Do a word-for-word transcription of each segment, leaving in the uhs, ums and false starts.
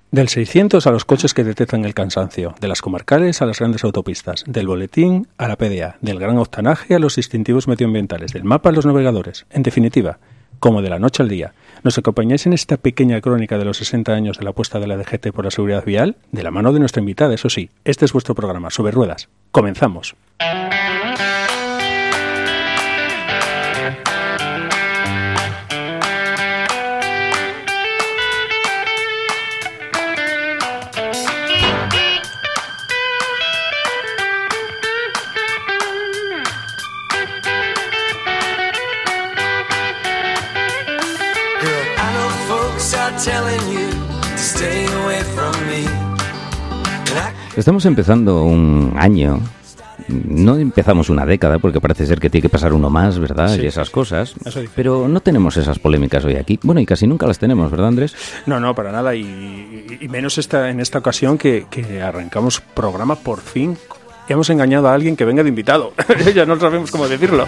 Del seiscientos a los coches que detectan el cansancio, de las comarcales a las grandes autopistas, del boletín a la P D A, del gran octanaje a los distintivos medioambientales, del mapa a los navegadores. En definitiva, como de la noche al día. ¿Nos acompañáis en esta pequeña crónica de los sesenta años de la apuesta de la D G T por la seguridad vial? De la mano de nuestra invitada, eso sí. Este es vuestro programa, Sobre Ruedas. Comenzamos. Estamos empezando un año, no empezamos una década porque parece ser que tiene que pasar uno más, ¿verdad? Sí, y esas cosas, pero no tenemos esas polémicas hoy aquí. Bueno, y casi nunca las tenemos, ¿verdad, Andrés? No, no, para nada, y, y menos esta, en esta ocasión que, que arrancamos programa por fin. Hemos engañado a alguien que venga de invitado, ya no sabemos cómo decirlo.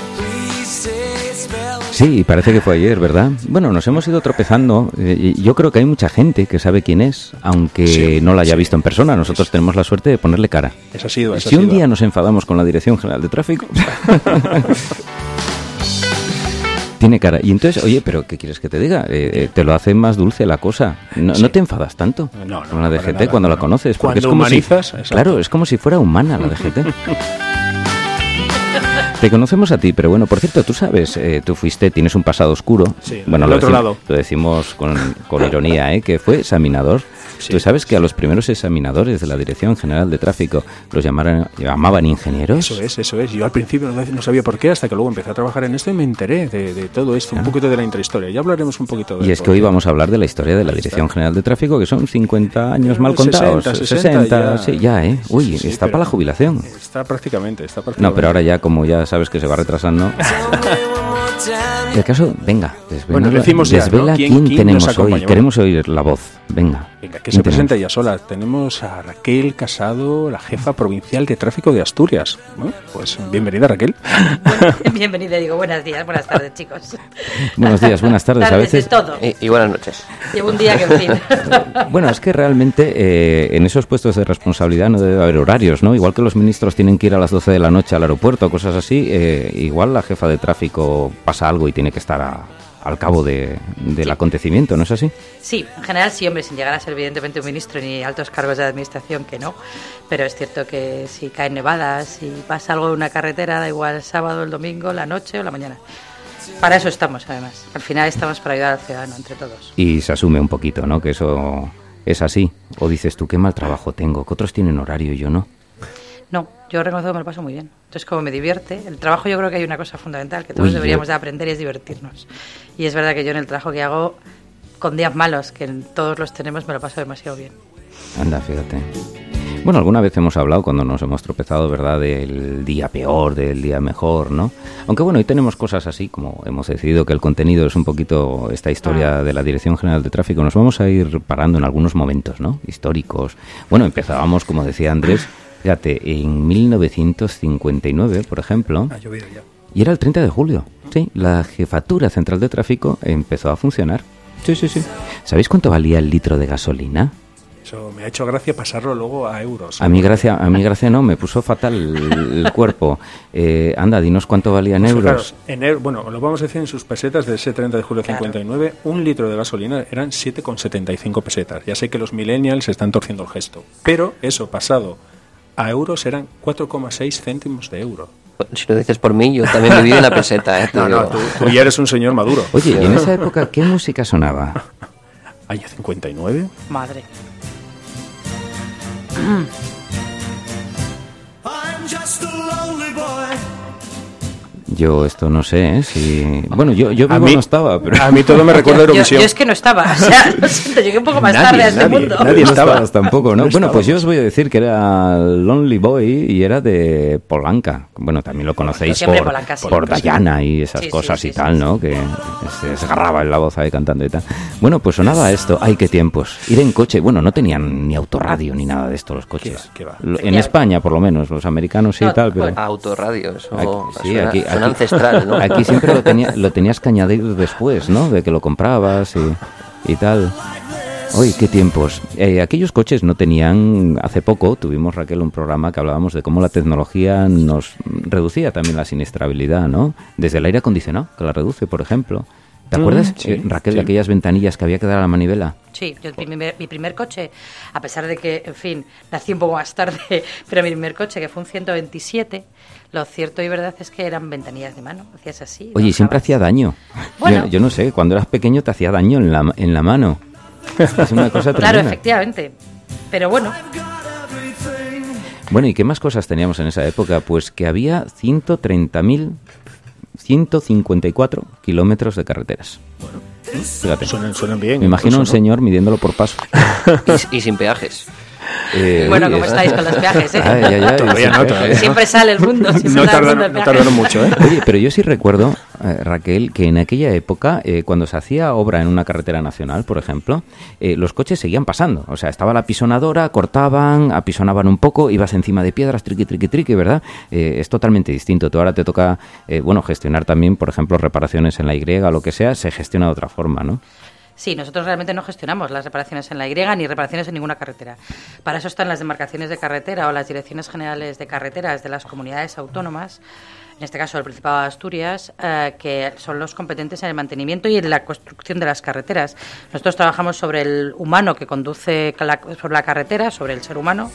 Sí, parece que fue ayer, ¿verdad? Bueno, nos hemos ido tropezando. Yo creo que hay mucha gente que sabe quién es, aunque sí, no la haya sí. visto en persona. Nosotros tenemos la suerte de ponerle cara. Eso ha sido, eso si ha un sido. día nos enfadamos con la Dirección General de Tráfico... Tiene cara. Y entonces, oye, pero ¿qué quieres que te diga? Eh, te lo hace más dulce la cosa. No, sí. no te enfadas tanto no, no, con la D G T nada, cuando no, la conoces. Cuando es como humanizas... Si, claro, es como si fuera humana la D G T. Te conocemos a ti, pero bueno, por cierto, tú sabes, eh, tú fuiste, tienes un pasado oscuro. Sí, bueno, del lo otro decimos, lado. Lo decimos con, con ironía, ¿eh? Que fue examinador. Sí. Tú sabes que a los primeros examinadores de la Dirección General de Tráfico los llamaran, llamaban ingenieros. Eso es, eso es. Yo al principio no, no sabía por qué, hasta que luego empecé a trabajar en esto y me enteré de, de todo esto, un ah. poquito de la intrahistoria. Ya hablaremos un poquito de Y es que hoy vamos a hablar de la historia de la Dirección General de Tráfico, que son cincuenta años mal contados. sesenta, sesenta, ya. Sí, ya, ¿eh? Uy, sí, está para la jubilación. Está prácticamente, está prácticamente. No, pero ahora ya, como ya sabes que se va retrasando... El caso, venga, desvela, bueno, decimos ya, desvela ¿no? ¿Quién, quién, quién tenemos hoy. Queremos oír la voz, venga. Venga, que se presente ella sola. Tenemos a Raquel Casado, la jefa provincial de tráfico de Asturias. ¿No? Pues bienvenida, Raquel. Bienvenida, digo, buenos días, buenas tardes, chicos. Buenos días, buenas tardes, tardes a veces. Es todo. Y, y buenas noches. Llevo un día que, en fin. Bueno, es que realmente eh, en esos puestos de responsabilidad no debe haber horarios, ¿no? Igual que los ministros tienen que ir a las doce de la noche al aeropuerto, cosas así, eh, igual la jefa de tráfico pasa algo y tiene que estar a... al cabo de, del sí. acontecimiento, ¿no es así? Sí, en general sí, hombre, sin llegar a ser evidentemente un ministro ni altos cargos de administración, que no, pero es cierto que si caen nevadas, si pasa algo en una carretera, da igual el sábado, el domingo, la noche o la mañana. Para eso estamos, además. Al final estamos para ayudar al ciudadano, entre todos. Y se asume un poquito, ¿no?, que eso es así. O dices tú, qué mal trabajo tengo, que otros tienen horario y yo no. No, yo reconozco que me lo paso muy bien. Entonces, como me divierte, el trabajo, yo creo que hay una cosa fundamental que todos Uy, deberíamos yo... de aprender y es divertirnos. Y es verdad que yo en el trabajo que hago, con días malos, que todos los tenemos, me lo paso demasiado bien. Anda, fíjate. Bueno, alguna vez hemos hablado cuando nos hemos tropezado, ¿verdad?, del día peor, del día mejor, ¿no? Aunque bueno, hoy tenemos cosas así, como hemos decidido que el contenido es un poquito esta historia ah. de la Dirección General de Tráfico, nos vamos a ir parando en algunos momentos, ¿no?, históricos. Bueno, empezábamos, como decía Andrés, fíjate, en mil novecientos cincuenta y nueve, por ejemplo, ha llovido ya. Y era el treinta de julio, sí, la Jefatura Central de Tráfico empezó a funcionar. Sí, sí, sí. ¿Sabéis cuánto valía el litro de gasolina? Eso me ha hecho gracia pasarlo luego a euros. A mí gracia, a mí gracia no, me puso fatal el, el cuerpo. Eh, anda, dinos cuánto valía en pues euros. Claro, en er, bueno, lo vamos a decir en sus pesetas de ese treinta de julio de cincuenta y nueve, claro. Un litro de gasolina eran siete con setenta y cinco pesetas. Ya sé que los millennials están torciendo el gesto, pero eso pasado a euros eran cuatro coma seis céntimos de euro. Si lo dices por mí, yo también viví en la peseta, ¿eh? No, no, tú, tú ya eres un señor maduro. Oye, ¿y en esa época qué música sonaba? ¿Año cincuenta y nueve? Madre. Yo esto no sé, ¿eh? Si... Bueno, yo, yo vivo mí, no estaba, pero... A mí todo me recuerda a Eurovisión. Yo, yo es que no estaba, o sea, lo siento, llegué un poco más nadie, tarde a este nadie, mundo. Nadie no estaba. estabas tampoco, ¿no? no bueno, estaba. Pues yo os voy a decir que era Lonely Boy y era de Polanca. Bueno, también lo conocéis por, Polanca, sí. por Diana y esas sí, cosas sí, y sí, tal, sí, ¿no? Que se desgarraba en la voz ahí cantando y tal. Bueno, pues sonaba esto. ¡Ay, qué tiempos! Ir en coche. Bueno, no tenían ni autorradio ni nada de esto los coches. ¿Qué va? ¿Qué va? En ¿Qué España, por lo menos. Los americanos sí y no, tal, pero... Autorradio, eso aquí, sí, suena, aquí, suena aquí, ancestral, ¿no? Aquí siempre lo, tenía, lo tenías que añadir después, ¿no? De que lo comprabas y, y tal. Uy, qué tiempos. Eh, aquellos coches no tenían... Hace poco tuvimos, Raquel, un programa que hablábamos de cómo la tecnología nos reducía también la siniestrabilidad, ¿no? Desde el aire acondicionado, que la reduce, por ejemplo. ¿Te acuerdas, sí, eh, Raquel, sí. de aquellas ventanillas que había que dar a la manivela? Sí, yo, mi, primer, mi primer coche, a pesar de que, en fin, nací un poco más tarde, pero mi primer coche, que fue un ciento veintisiete, lo cierto y verdad es que eran ventanillas de mano, hacías así. Oye, y siempre hacía daño. Bueno. Yo, yo no sé, cuando eras pequeño te hacía daño en la, en la mano. Es una cosa tremenda. Claro, efectivamente, pero bueno. Bueno, ¿y qué más cosas teníamos en esa época? Pues que había ciento treinta mil ciento cincuenta y cuatro kilómetros de carreteras. Fíjate. Suenan, suenan bien. Me imagino incluso, un ¿no? señor midiéndolo por paso. Y, y sin peajes. Eh, Bueno, uy, ¿cómo es- estáis con los viajes, eh? Ay, ay, ay, Todavía no, todavía. Siempre sale el mundo, siempre No sale el mundo tardaron, del no viaje. tardaron mucho, ¿eh? Oye, pero yo sí recuerdo, eh, Raquel, que en aquella época, eh, cuando se hacía obra en una carretera nacional, por ejemplo, eh, los coches seguían pasando. O sea, estaba la apisonadora, cortaban, apisonaban un poco, ibas encima de piedras, triqui, triqui, triqui, ¿verdad? Eh, es totalmente distinto. Tú ahora te toca, eh, bueno, gestionar también, por ejemplo, reparaciones en la Y o lo que sea, se gestiona de otra forma, ¿no? Sí, nosotros realmente no gestionamos las reparaciones en la Y ni reparaciones en ninguna carretera. Para eso están las demarcaciones de carretera o las direcciones generales de carreteras de las comunidades autónomas, en este caso el Principado de Asturias, eh, que son los competentes en el mantenimiento y en la construcción de las carreteras. Nosotros trabajamos sobre el humano que conduce la, sobre la carretera, sobre el ser humano,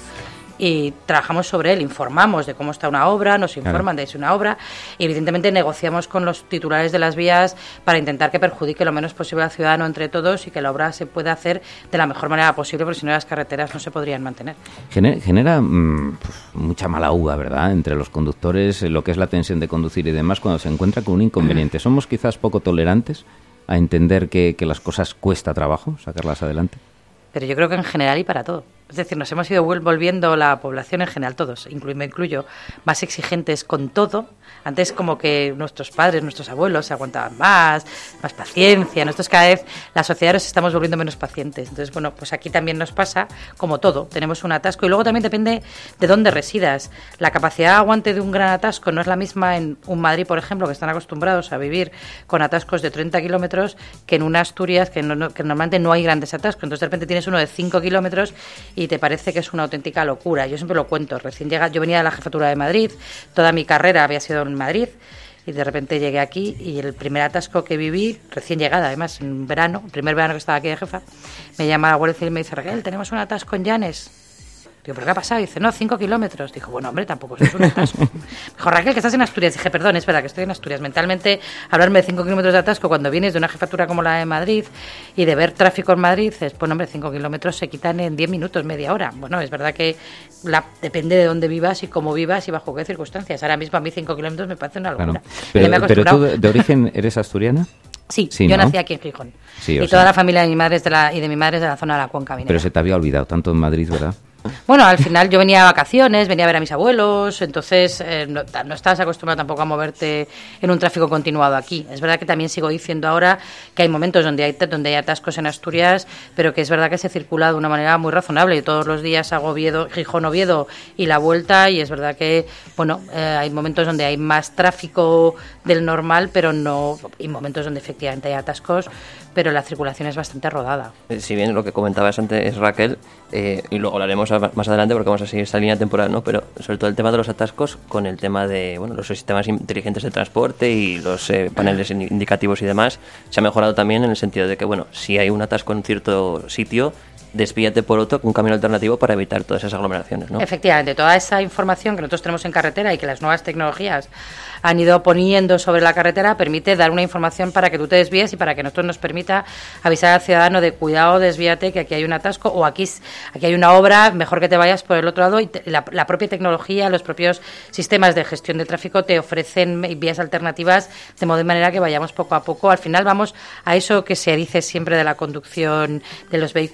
y trabajamos sobre él, informamos de cómo está una obra, nos informan Claro. de si es una obra, y evidentemente negociamos con los titulares de las vías para intentar que perjudique lo menos posible al ciudadano entre todos y que la obra se pueda hacer de la mejor manera posible, porque si no las carreteras no se podrían mantener. Gener- Genera mm, pues, mucha mala uva, ¿verdad?, entre los conductores, eh, lo que es la tensión de conducir y demás, cuando se encuentra con un inconveniente. ¿Somos quizás poco tolerantes a entender que, que las cosas cuesta trabajo sacarlas adelante? Pero yo creo que en general y para todo. Es decir, nos hemos ido vuel- volviendo la población en general, todos, incluyo, me incluyo, más exigentes con todo. Antes como que nuestros padres, nuestros abuelos se aguantaban más, más paciencia. Nosotros cada vez, la sociedad nos estamos volviendo menos pacientes. Entonces, bueno, pues aquí también nos pasa como todo. Tenemos un atasco y luego también depende de dónde residas. La capacidad de aguante de un gran atasco no es la misma en un Madrid, por ejemplo, que están acostumbrados a vivir con atascos de treinta kilómetros, que en una Asturias, que, no, no, que normalmente no hay grandes atascos. Entonces, de repente tienes uno de cinco kilómetros y te parece que es una auténtica locura. Yo siempre lo cuento. Recién llega, yo venía de la jefatura de Madrid, toda mi carrera había sido en Madrid, y de repente llegué aquí y el primer atasco que viví, recién llegada, además, en verano, el primer verano que estaba aquí de jefa, me llama la Guardia Civil y me dice: Raquel, tenemos un atasco en Llanes. Digo, ¿pero qué ha pasado? Y dice, no, cinco kilómetros. Dijo, bueno, hombre, tampoco es un atasco. Me dijo, Raquel, que estás en Asturias. Dije, perdón, es verdad que estoy en Asturias. Mentalmente, hablarme de cinco kilómetros de atasco cuando vienes de una jefatura como la de Madrid y de ver tráfico en Madrid, es, pues, hombre, cinco kilómetros se quitan en diez minutos, media hora. Bueno, es verdad que la, depende de dónde vivas y cómo vivas y bajo qué circunstancias. Ahora mismo a mí cinco kilómetros me parece una locura. Claro. Ya Pero, me he pero tú acostumbrado. de, de origen eres asturiana. Sí, Sí, yo ¿no? nací aquí en Gijón. Sí, o y sea- toda la familia de mi madre es de la, y de mi madre es de la zona de la Cuenca Minera. Pero se te había olvidado tanto en Madrid, ¿verdad? Bueno, al final yo venía de vacaciones, venía a ver a mis abuelos, entonces eh, no, ta- no estás acostumbrado tampoco a moverte en un tráfico continuado aquí. Es verdad que también sigo diciendo ahora que hay momentos donde hay, donde hay atascos en Asturias, pero que es verdad que se circula de una manera muy razonable. Yo todos los días hago Oviedo, Gijón, Oviedo y la vuelta, y es verdad que, bueno, eh, hay momentos donde hay más tráfico del normal, pero no, y momentos donde efectivamente hay atascos, pero la circulación es bastante rodada. Eh, Si bien lo que comentabas antes, Raquel, eh, y luego hablaremos a- más adelante porque vamos a seguir esta línea temporal, ¿no? Pero sobre todo el tema de los atascos con el tema de, bueno, los sistemas inteligentes de transporte y los eh, paneles in- indicativos y demás, se ha mejorado también en el sentido de que, bueno, si hay un atasco en un cierto sitio, desvíate por otro, un camino alternativo para evitar todas esas aglomeraciones, ¿no? Efectivamente, toda esa información que nosotros tenemos en carretera y que las nuevas tecnologías han ido poniendo sobre la carretera permite dar una información para que tú te desvíes y para que nosotros nos permita avisar al ciudadano de cuidado, desvíate, que aquí hay un atasco o aquí, aquí hay una obra, mejor que te vayas por el otro lado. Y te- la, la propia tecnología, los propios sistemas de gestión de tráfico te ofrecen vías alternativas de modo de manera que vayamos poco a poco. Al final vamos a eso que se dice siempre de la conducción de los vehículos autónomos,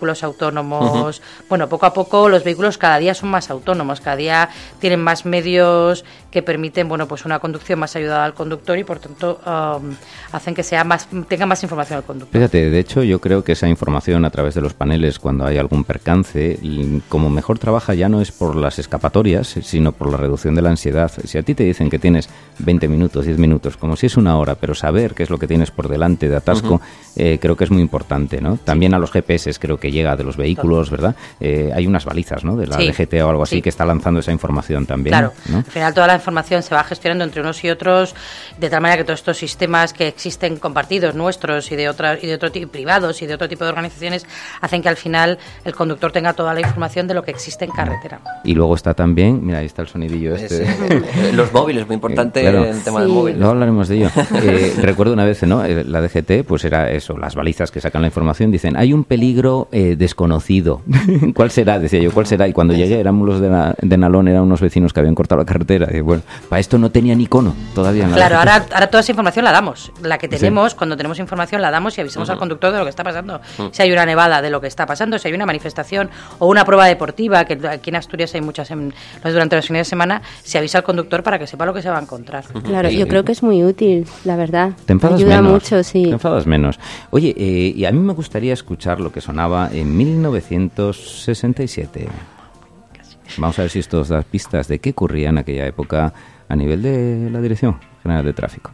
autónomos. Uh-huh. Bueno, poco a poco los vehículos cada día son más autónomos, cada día tienen más medios que permiten, bueno, pues una conducción más ayudada al conductor y por tanto um, hacen que sea más, tenga más información al conductor. Fíjate, de hecho yo creo que esa información a través de los paneles cuando hay algún percance, como mejor trabaja ya no es por las escapatorias, sino por la reducción de la ansiedad. Si a ti te dicen que tienes veinte minutos, diez minutos, como si es una hora, pero saber qué es lo que tienes por delante de atasco, uh-huh. eh, creo que es muy importante, ¿no? También a los G P S creo que llega de los vehículos, ¿verdad? Eh, hay unas balizas, ¿no? De la sí. D G T o algo así sí. que está lanzando esa información también. Claro, ¿no? Al final toda la información se va gestionando entre unos y otros, de tal manera que todos estos sistemas que existen compartidos nuestros y de otra, y de otro tipo privados y de otro tipo de organizaciones hacen que al final el conductor tenga toda la información de lo que existe en carretera. Y luego está también, mira, ahí está el sonidillo este. Sí. Los móviles, muy importante eh, claro. el tema sí. del móvil. Luego hablaremos de ello. Eh, recuerdo una vez, ¿no? La D G T, pues era eso, las balizas que sacan la información, dicen, hay un peligro eh, desconocido. ¿Cuál será? Decía yo, ¿cuál será? Y cuando llegué, éramos los de, la, de Nalón, eran unos vecinos que habían cortado la carretera. Y bueno, para esto no tenía ni icono todavía. En la claro, ahora, ahora toda esa información la damos. La que tenemos, sí. cuando tenemos información, la damos y avisamos uh-huh. al conductor de lo que está pasando. Uh-huh. Si hay una nevada, de lo que está pasando, si hay una manifestación o una prueba deportiva, que aquí en Asturias hay muchas en, durante los fines de semana, se avisa al conductor para que sepa lo que se va a encontrar. Uh-huh. Claro, yo creo que es muy útil, la verdad. Te enfadas Ayuda menos. mucho, sí. Te enfadas menos. Oye, eh, y a mí me gustaría escuchar lo que sonaba en mil novecientos sesenta y siete. Vamos a ver si esto os da pistas de qué ocurría en aquella época a nivel de la Dirección General de Tráfico.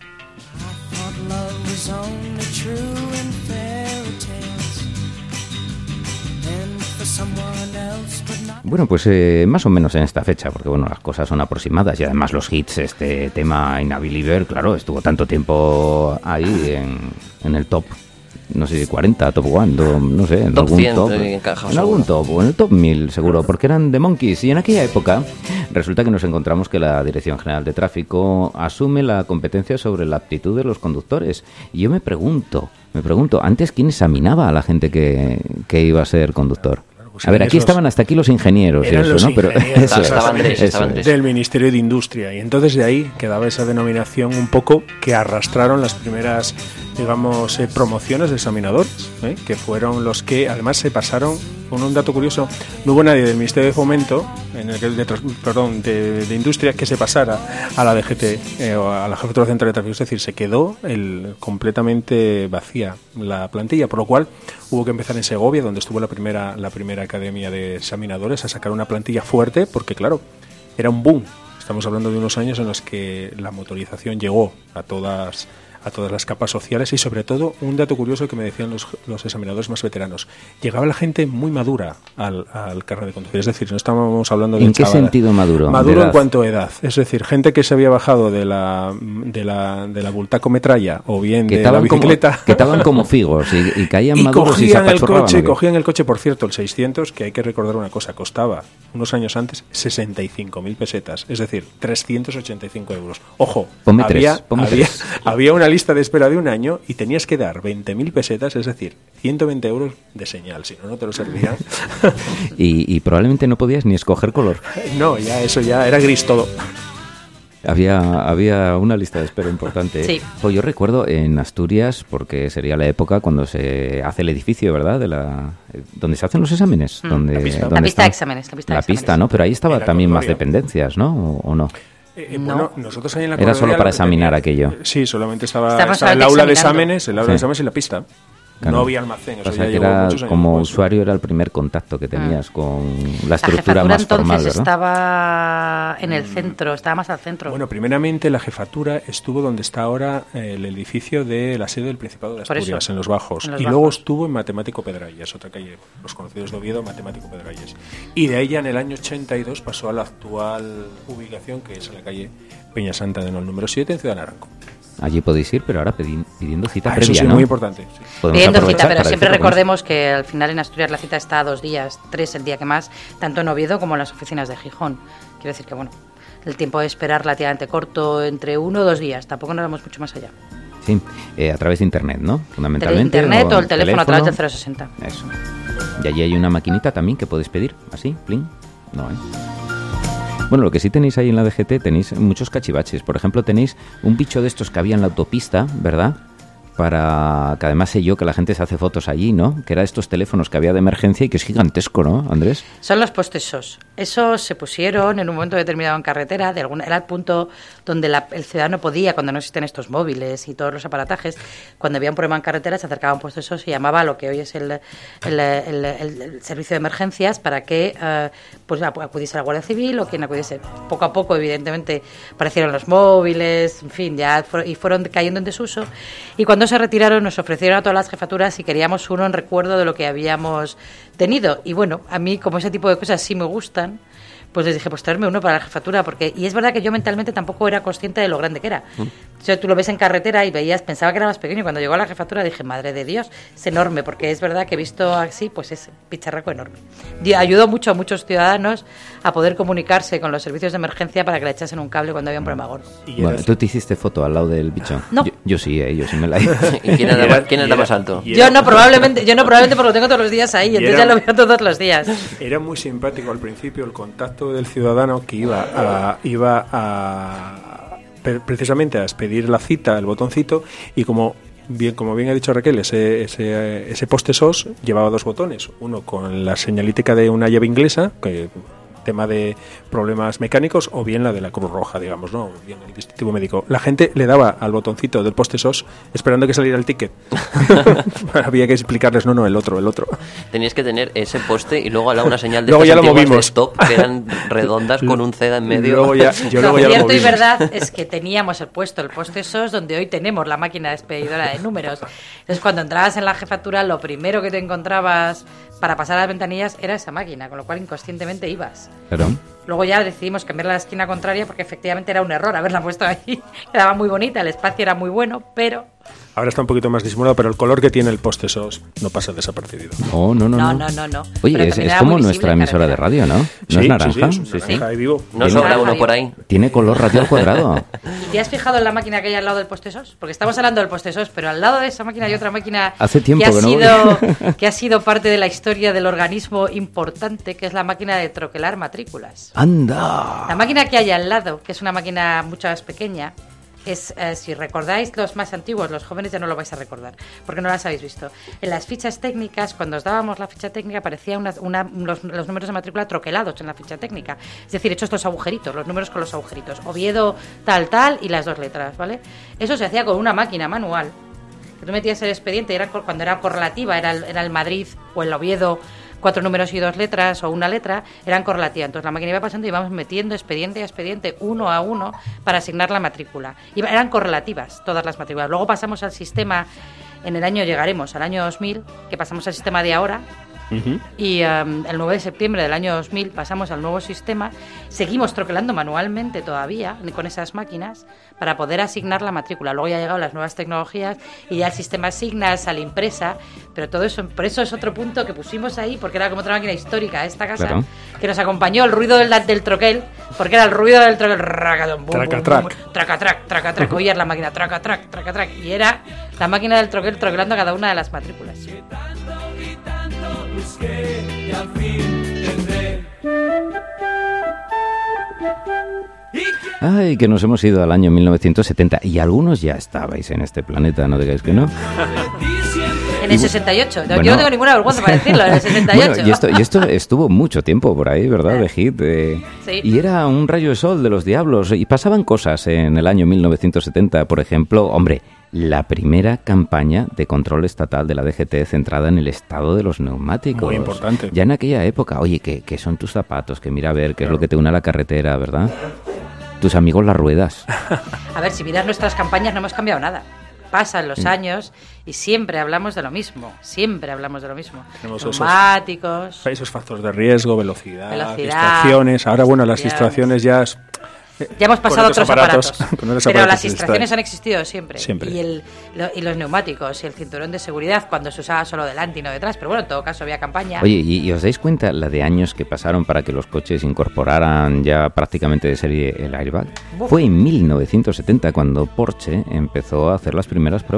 Bueno, pues eh, más o menos en esta fecha, porque bueno, las cosas son aproximadas y además los hits, este tema In a Believer, claro, estuvo tanto tiempo ahí en, en el top, no sé si cuarenta, top one, no sé, en top algún cien, top, en algún top, o en el top mil seguro, porque eran The Monkees. Y en aquella época resulta que nos encontramos que la Dirección General de Tráfico asume la competencia sobre la aptitud de los conductores. Y yo me pregunto, me pregunto, antes ¿quién examinaba a la gente que, que iba a ser conductor? Pues a ver, aquí estaban hasta aquí los ingenieros y eso, ¿no? Pero eso, estaba Andrés, eso, estaba Andrés. Del Ministerio de Industria. Y entonces de ahí quedaba esa denominación un poco que arrastraron las primeras, digamos, eh, promociones de examinadores, ¿eh? que fueron los que además se pasaron, con un dato curioso, no hubo nadie del Ministerio de Fomento, en el que, de, perdón, de, de Industria, que se pasara a la D G T, eh, o a la Jefatura Central de Tráfico. Es decir, se quedó el, completamente vacía la plantilla, por lo cual hubo que empezar en Segovia, donde estuvo la primera, la primera academia de examinadores, a sacar una plantilla fuerte, porque claro, era un boom. Estamos hablando de unos años en los que la motorización llegó a todas a todas las capas sociales y sobre todo un dato curioso que me decían los, los examinadores más veteranos, llegaba la gente muy madura al, al carnet de conducir, es decir, no estábamos hablando de ¿En qué chavala. sentido maduro? Maduro en cuanto a edad, es decir, gente que se había bajado de la de la, de la Bultaco Metralla o bien que de la bicicleta como, que estaban como figos y, y caían y maduros cogían y se el coche, ¿no? cogían el coche, por cierto, el seiscientos, que hay que recordar una cosa, costaba unos años antes sesenta y cinco mil pesetas, es decir, trescientos ochenta y cinco euros. Ojo, ponme había, tres, ponme había, tres. había una lista de espera de un año y tenías que dar veinte mil pesetas, es decir, ciento veinte euros de señal, si no, no te lo servían. y, y probablemente no podías ni escoger color. No, ya eso ya era gris todo. Había, había una lista de espera importante. Sí. Pues yo recuerdo en Asturias, porque sería la época cuando se hace el edificio, ¿verdad? De la donde se hacen los exámenes. Mm. Donde, la pista, donde la pista está, de exámenes. La pista, la de exámenes. pista, ¿no? Pero ahí estaba también más Concordia. dependencias, ¿no? ¿O, o no? Eh, No. bueno, nosotros ahí en la Era solo Correría para lo que examinar tenía- aquello. Sí, solamente estaba, Estamos estaba el solamente aula de examinando. exámenes, el aula Sí. de exámenes y la pista. Claro. No había almacén, eso O sea, ya que llevó era, muchos años como después. usuario era el primer contacto que tenías Mm. con la La estructura jefatura más entonces formal, ¿verdad? estaba en el centro, estaba más al centro. Bueno, primeramente la jefatura estuvo donde está ahora eh, el edificio de la sede del Principado de Por eso, Asturias, en Los Bajos. en Los y Bajos. luego estuvo en Matemático Pedralles, otra calle, los conocidos de Oviedo, Matemático Pedralles. Y de ella en el año ochenta y dos pasó a la actual ubicación, que es en la calle Peña Santa de No, el número siete, en Ciudad Naranco. Allí podéis ir, pero ahora pedi- pidiendo cita Ah, previa, eso sí, ¿no? muy importante. sí. Podemos Pidiendo aprovechar cita, pero para siempre decirlo con recordemos que al final en Asturias la cita está a dos días, tres el día que más, tanto en Oviedo como en las oficinas de Gijón. Quiero decir que, bueno, el tiempo de esperar relativamente corto, entre uno o dos días, tampoco nos vamos mucho más allá. esto. Sí, eh, a través de internet, ¿no? Tele- Fundamentalmente. Internet o el el teléfono a través del cero sesenta. Eso. Y allí hay una maquinita también que podéis pedir, así, pling. No, ¿eh? Bueno, lo que sí tenéis ahí en la D G T, tenéis muchos cachivaches. Por ejemplo, tenéis un bicho de estos que había en la autopista, ¿verdad? para que además sé yo que la gente se hace fotos allí, ¿no? Que era estos teléfonos que había de emergencia y que es gigantesco, ¿no, Andrés? Son los postes S O S. Esos se pusieron en un momento determinado en carretera, de alguna, era el punto donde la, el ciudadano podía, cuando no existen estos móviles y todos los aparatajes, cuando había un problema en carretera se acercaba a un puesto S O S y llamaba a lo que hoy es el, el, el, el, el servicio de emergencias para que uh, pues acudiese la Guardia Civil o quien acudiese. Poco a poco, evidentemente, aparecieron los móviles, en fin, ya fu- y fueron cayendo en desuso. Y cuando se retiraron nos ofrecieron a todas las jefaturas si queríamos uno en recuerdo de lo que habíamos tenido. Y bueno, a mí como ese tipo de cosas sí me gustan, pues les dije, pues traerme uno para la jefatura, porque y es verdad que yo mentalmente tampoco era consciente de lo grande que era. Mm. O sea, tú lo ves en carretera y veías, pensaba que era más pequeño, y cuando llegó a la jefatura dije, madre de Dios, es enorme, porque es verdad que visto así, pues es picharraco enorme. Y ayudó mucho a muchos ciudadanos a poder comunicarse con los servicios de emergencia para que le echasen un cable cuando había un problema gordo. Bueno, ¿tú te hiciste foto al lado del bicho? No. Yo, yo sí, eh, yo sí me la hice. ¿Y quién era, era, quién era, era más alto? Yo no, probablemente, yo no, probablemente porque lo tengo todos los días ahí, entonces era, ya lo veo todos los días. Era muy simpático al principio el contacto del ciudadano que iba a, iba a precisamente a expedir la cita, el botoncito, y como bien como bien ha dicho Raquel, ese ese, ese poste S O S llevaba dos botones, uno con la señalítica de una llave inglesa, que tema de problemas mecánicos, o bien la de la Cruz Roja, digamos, ¿no? O bien el dispositivo médico. La gente le daba al botoncito del poste S O S esperando que saliera el ticket. Había que explicarles, no, no, el otro, el otro. Tenías que tener ese poste y luego al lado una señal de luego ya lo movimos. De stop, que eran redondas con un C D en medio. Luego ya, yo luego lo ya cierto lo y verdad es que teníamos el puesto el poste S O S donde hoy tenemos la máquina expedidora de números. Entonces, cuando entrabas en la jefatura, lo primero que te encontrabas para pasar a las ventanillas era esa máquina, con lo cual inconscientemente ibas. ¿Perdón? Luego ya decidimos cambiarla a la esquina contraria porque efectivamente era un error haberla puesto ahí. Quedaba muy bonita, el espacio era muy bueno, pero... Ahora está un poquito más disimulado, pero el color que tiene el poste S O S no pasa desapercibido. Oh, no, no, no. No, no, no, no. Oye, es, es como nuestra emisora de radio, ¿no? ¿No sí, es naranja? Sí, sí, es un naranja sí, sí. Vivo. No sobra uno por ahí. Tiene color radio al cuadrado. ¿Y te has fijado en la máquina que hay al lado del poste S O S? Porque estamos hablando del poste S O S, pero al lado de esa máquina hay otra máquina Hace tiempo que, ha que, no sido, que ha sido parte de la historia del organismo importante, que es la máquina de troquelar matrículas. ¡Anda! La máquina que hay al lado, que es una máquina mucho más pequeña, es, eh, si recordáis los más antiguos, los jóvenes ya no lo vais a recordar, porque no las habéis visto. En las fichas técnicas, cuando os dábamos la ficha técnica, aparecían una, una, los, los números de matrícula troquelados en la ficha técnica. Es decir, hechos los agujeritos, los números con los agujeritos. Oviedo, tal, tal, y las dos letras, ¿vale? Eso se hacía con una máquina manual. Que tú metías el expediente, y era, cuando era correlativa, era el, era el Madrid o el Oviedo, cuatro números y dos letras o una letra, eran correlativas. Entonces la máquina iba pasando y íbamos metiendo expediente a expediente, uno a uno, para asignar la matrícula. Y eran correlativas todas las matrículas. Luego pasamos al sistema, en el año llegaremos al año dos mil, que pasamos al sistema de ahora. Uh-huh. Y um, el nueve de septiembre del año dos mil pasamos al nuevo sistema. Seguimos troquelando manualmente todavía con esas máquinas para poder asignar la matrícula. Luego ya han llegado las nuevas tecnologías y ya el sistema asigna, sale impresa, pero todo eso, por eso es otro punto que pusimos ahí, porque era como otra máquina histórica esta casa, claro, que nos acompañó el ruido del, del troquel, porque era el ruido del troquel, tracatrac, tracatrac, tracatrac, oías la máquina, tracatrac, tracatrac, y era la máquina del troquel troquelando cada una de las matrículas. Busqué y al fin tendré. Ay, que nos hemos ido al año mil novecientos setenta y algunos ya estabais en este planeta, no digáis que no. En el sesenta y ocho, bueno, yo no tengo ninguna vergüenza para decirlo, en el sesenta y ocho. Bueno, y, esto, y esto estuvo mucho tiempo por ahí, ¿verdad? De hit. Eh, sí. Y era un rayo de sol de los diablos y pasaban cosas en el año mil novecientos setenta, por ejemplo, hombre, la primera campaña de control estatal de la D G T centrada en el estado de los neumáticos. Muy importante. Ya en aquella época, oye, ¿qué, qué son tus zapatos? Que mira a ver, qué claro. es lo que te une a la carretera, ¿verdad? Tus amigos las ruedas. A ver, si miras nuestras campañas no hemos cambiado nada. Pasan los años y siempre hablamos de lo mismo. Siempre hablamos de lo mismo. Tenemos neumáticos. Esos, esos factores de riesgo, velocidad, velocidad distracciones. Ahora, bueno, las distracciones ya... Es, ya hemos pasado a otros aparatos, aparatos. Pero aparatos las distracciones han existido siempre. siempre. Y, el, lo, y los neumáticos y el cinturón de seguridad cuando se usaba solo delante y no detrás. Pero bueno, en todo caso había campaña. Oye, ¿y, y os dais cuenta la de años que pasaron para que los coches incorporaran ya prácticamente de serie el airbag? Uf. Fue en mil novecientos setenta cuando Porsche empezó a hacer las primeras pruebas.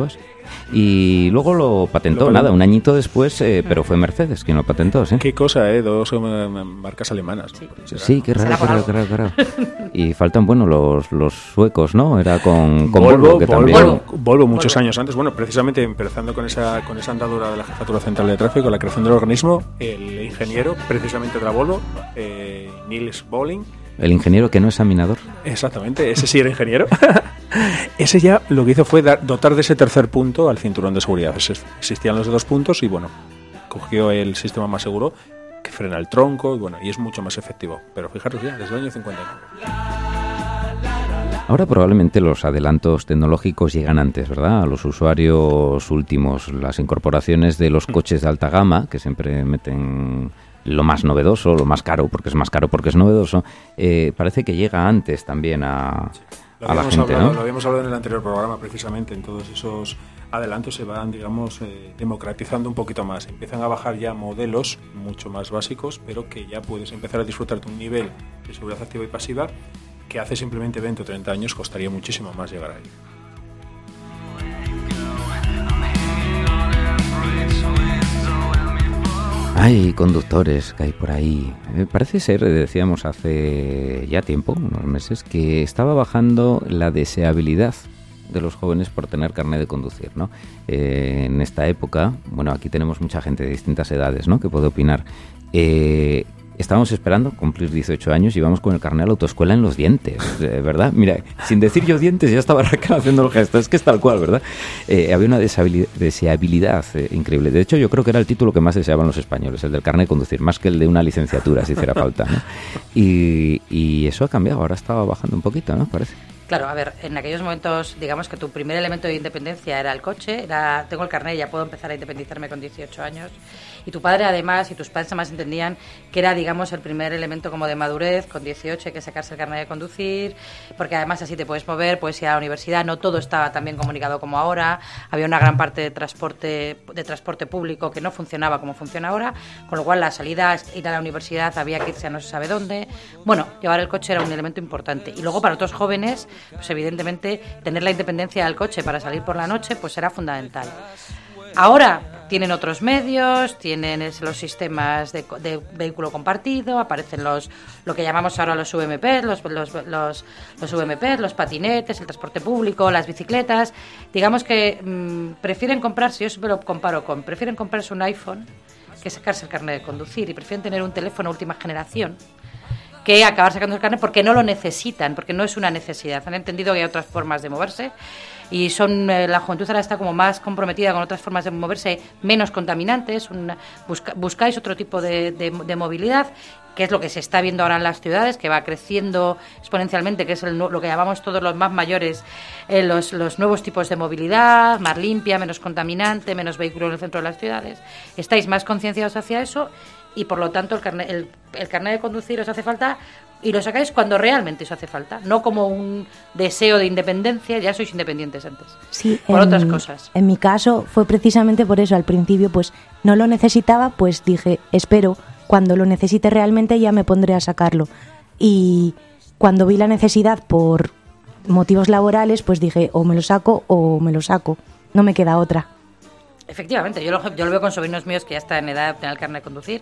Y luego lo patentó, Lo nada, patentó. un añito después, eh, pero fue Mercedes quien lo patentó, ¿sí? Qué cosa, ¿eh? Dos eh, marcas alemanas. Sí. ¿no? Sí, qué raro, Será qué por raro, qué raro, qué raro. Y faltan, bueno, los, los suecos, ¿no? Era con, con Volvo, Volvo, que Volvo, también... Volvo. Volvo muchos Volvo. años antes, bueno, precisamente empezando con esa con esa andadura de la Jefatura Central de Tráfico, la creación del organismo, el ingeniero precisamente de la Volvo, eh, Niels Bohlin, El ingeniero que no es examinador. exactamente, ese sí era ingeniero, ese ya lo que hizo fue dar, dotar de ese tercer punto al cinturón de seguridad. Es- Existían los de dos puntos y bueno, cogió el sistema más seguro que frena el tronco y bueno, y es mucho más efectivo. Pero fijaros ya, desde el año cincuenta y nueve. Ahora probablemente los adelantos tecnológicos llegan antes, ¿verdad? A los usuarios últimos, las incorporaciones de los coches de alta gama, que siempre meten lo más novedoso, lo más caro, porque es más caro porque es novedoso, eh, parece que llega antes también a, Lo a la habíamos gente, hablado, ¿no? Lo habíamos hablado en el anterior programa, precisamente. En todos esos adelantos se van, digamos, eh, democratizando un poquito más. Empiezan a bajar ya modelos mucho más básicos, pero que ya puedes empezar a disfrutar de un nivel de seguridad activa y pasiva que hace simplemente veinte o treinta años costaría muchísimo más llegar ahí. Hay conductores que hay por ahí. Eh, parece ser, eh, decíamos hace ya tiempo, unos meses, que estaba bajando la deseabilidad de los jóvenes por tener carnet de conducir, ¿no? Eh, en esta época, bueno, aquí tenemos mucha gente de distintas edades, ¿no?, que puede opinar. Eh, estábamos esperando cumplir dieciocho años y íbamos con el carnet a la autoescuela en los dientes, eh, ¿verdad? Mira, sin decir yo dientes ya estaba Raquel haciendo el gesto, es que es tal cual, ¿verdad? Eh, había una deseabilidad, deseabilidad eh, increíble. De hecho, yo creo que era el título que más deseaban los españoles, el del carnet de conducir, más que el de una licenciatura, si hiciera falta, ¿no? Y, y eso ha cambiado, ahora estaba bajando un poquito, ¿no? Parece. Claro, a ver, en aquellos momentos, digamos que tu primer elemento de independencia era el coche, era tengo el carnet y ya puedo empezar a independizarme con dieciocho años. Y tu padre además, y tus padres además entendían que era, digamos, el primer elemento como de madurez, con dieciocho hay que sacarse el carnet de conducir, porque además así te puedes mover, puedes ir a la universidad, no todo estaba tan bien comunicado como ahora, había una gran parte de transporte, de transporte público que no funcionaba como funciona ahora, con lo cual la salida, ir a la universidad, había que irse a no se sabe dónde. Bueno, llevar el coche era un elemento importante. Y luego para otros jóvenes, pues evidentemente tener la independencia del coche para salir por la noche pues era fundamental. Ahora tienen otros medios, tienen es, los sistemas de, de vehículo compartido, aparecen los lo que llamamos ahora los U M P, los, los, los, los U M P, los patinetes, el transporte público, las bicicletas. Digamos que mmm, prefieren comprarse, yo siempre lo comparo con, prefieren comprarse un iPhone que sacarse el carnet de conducir y prefieren tener un teléfono última generación que acabar sacando el carnet porque no lo necesitan, porque no es una necesidad. Han entendido que hay otras formas de moverse y son eh, la juventud ahora está como más comprometida con otras formas de moverse menos contaminantes. Una, busca, buscáis otro tipo de, de, de movilidad, que es lo que se está viendo ahora en las ciudades, que va creciendo exponencialmente, que es el, lo que llamamos todos los más mayores, eh, los, los nuevos tipos de movilidad, más limpia, menos contaminante, menos vehículos en el centro de las ciudades. Estáis más concienciados hacia eso y por lo tanto el carnet, el, el carnet de conducir os hace falta y lo sacáis cuando realmente os hace falta, no como un deseo de independencia, ya sois independientes antes, sí, por en, otras cosas. En mi caso fue precisamente por eso, al principio pues no lo necesitaba, pues dije, espero, cuando lo necesite realmente ya me pondré a sacarlo. Y cuando vi la necesidad por motivos laborales, pues dije, o me lo saco o me lo saco, no me queda otra. Efectivamente, yo lo, yo lo veo con sobrinos míos que ya están en edad de tener el carnet de conducir.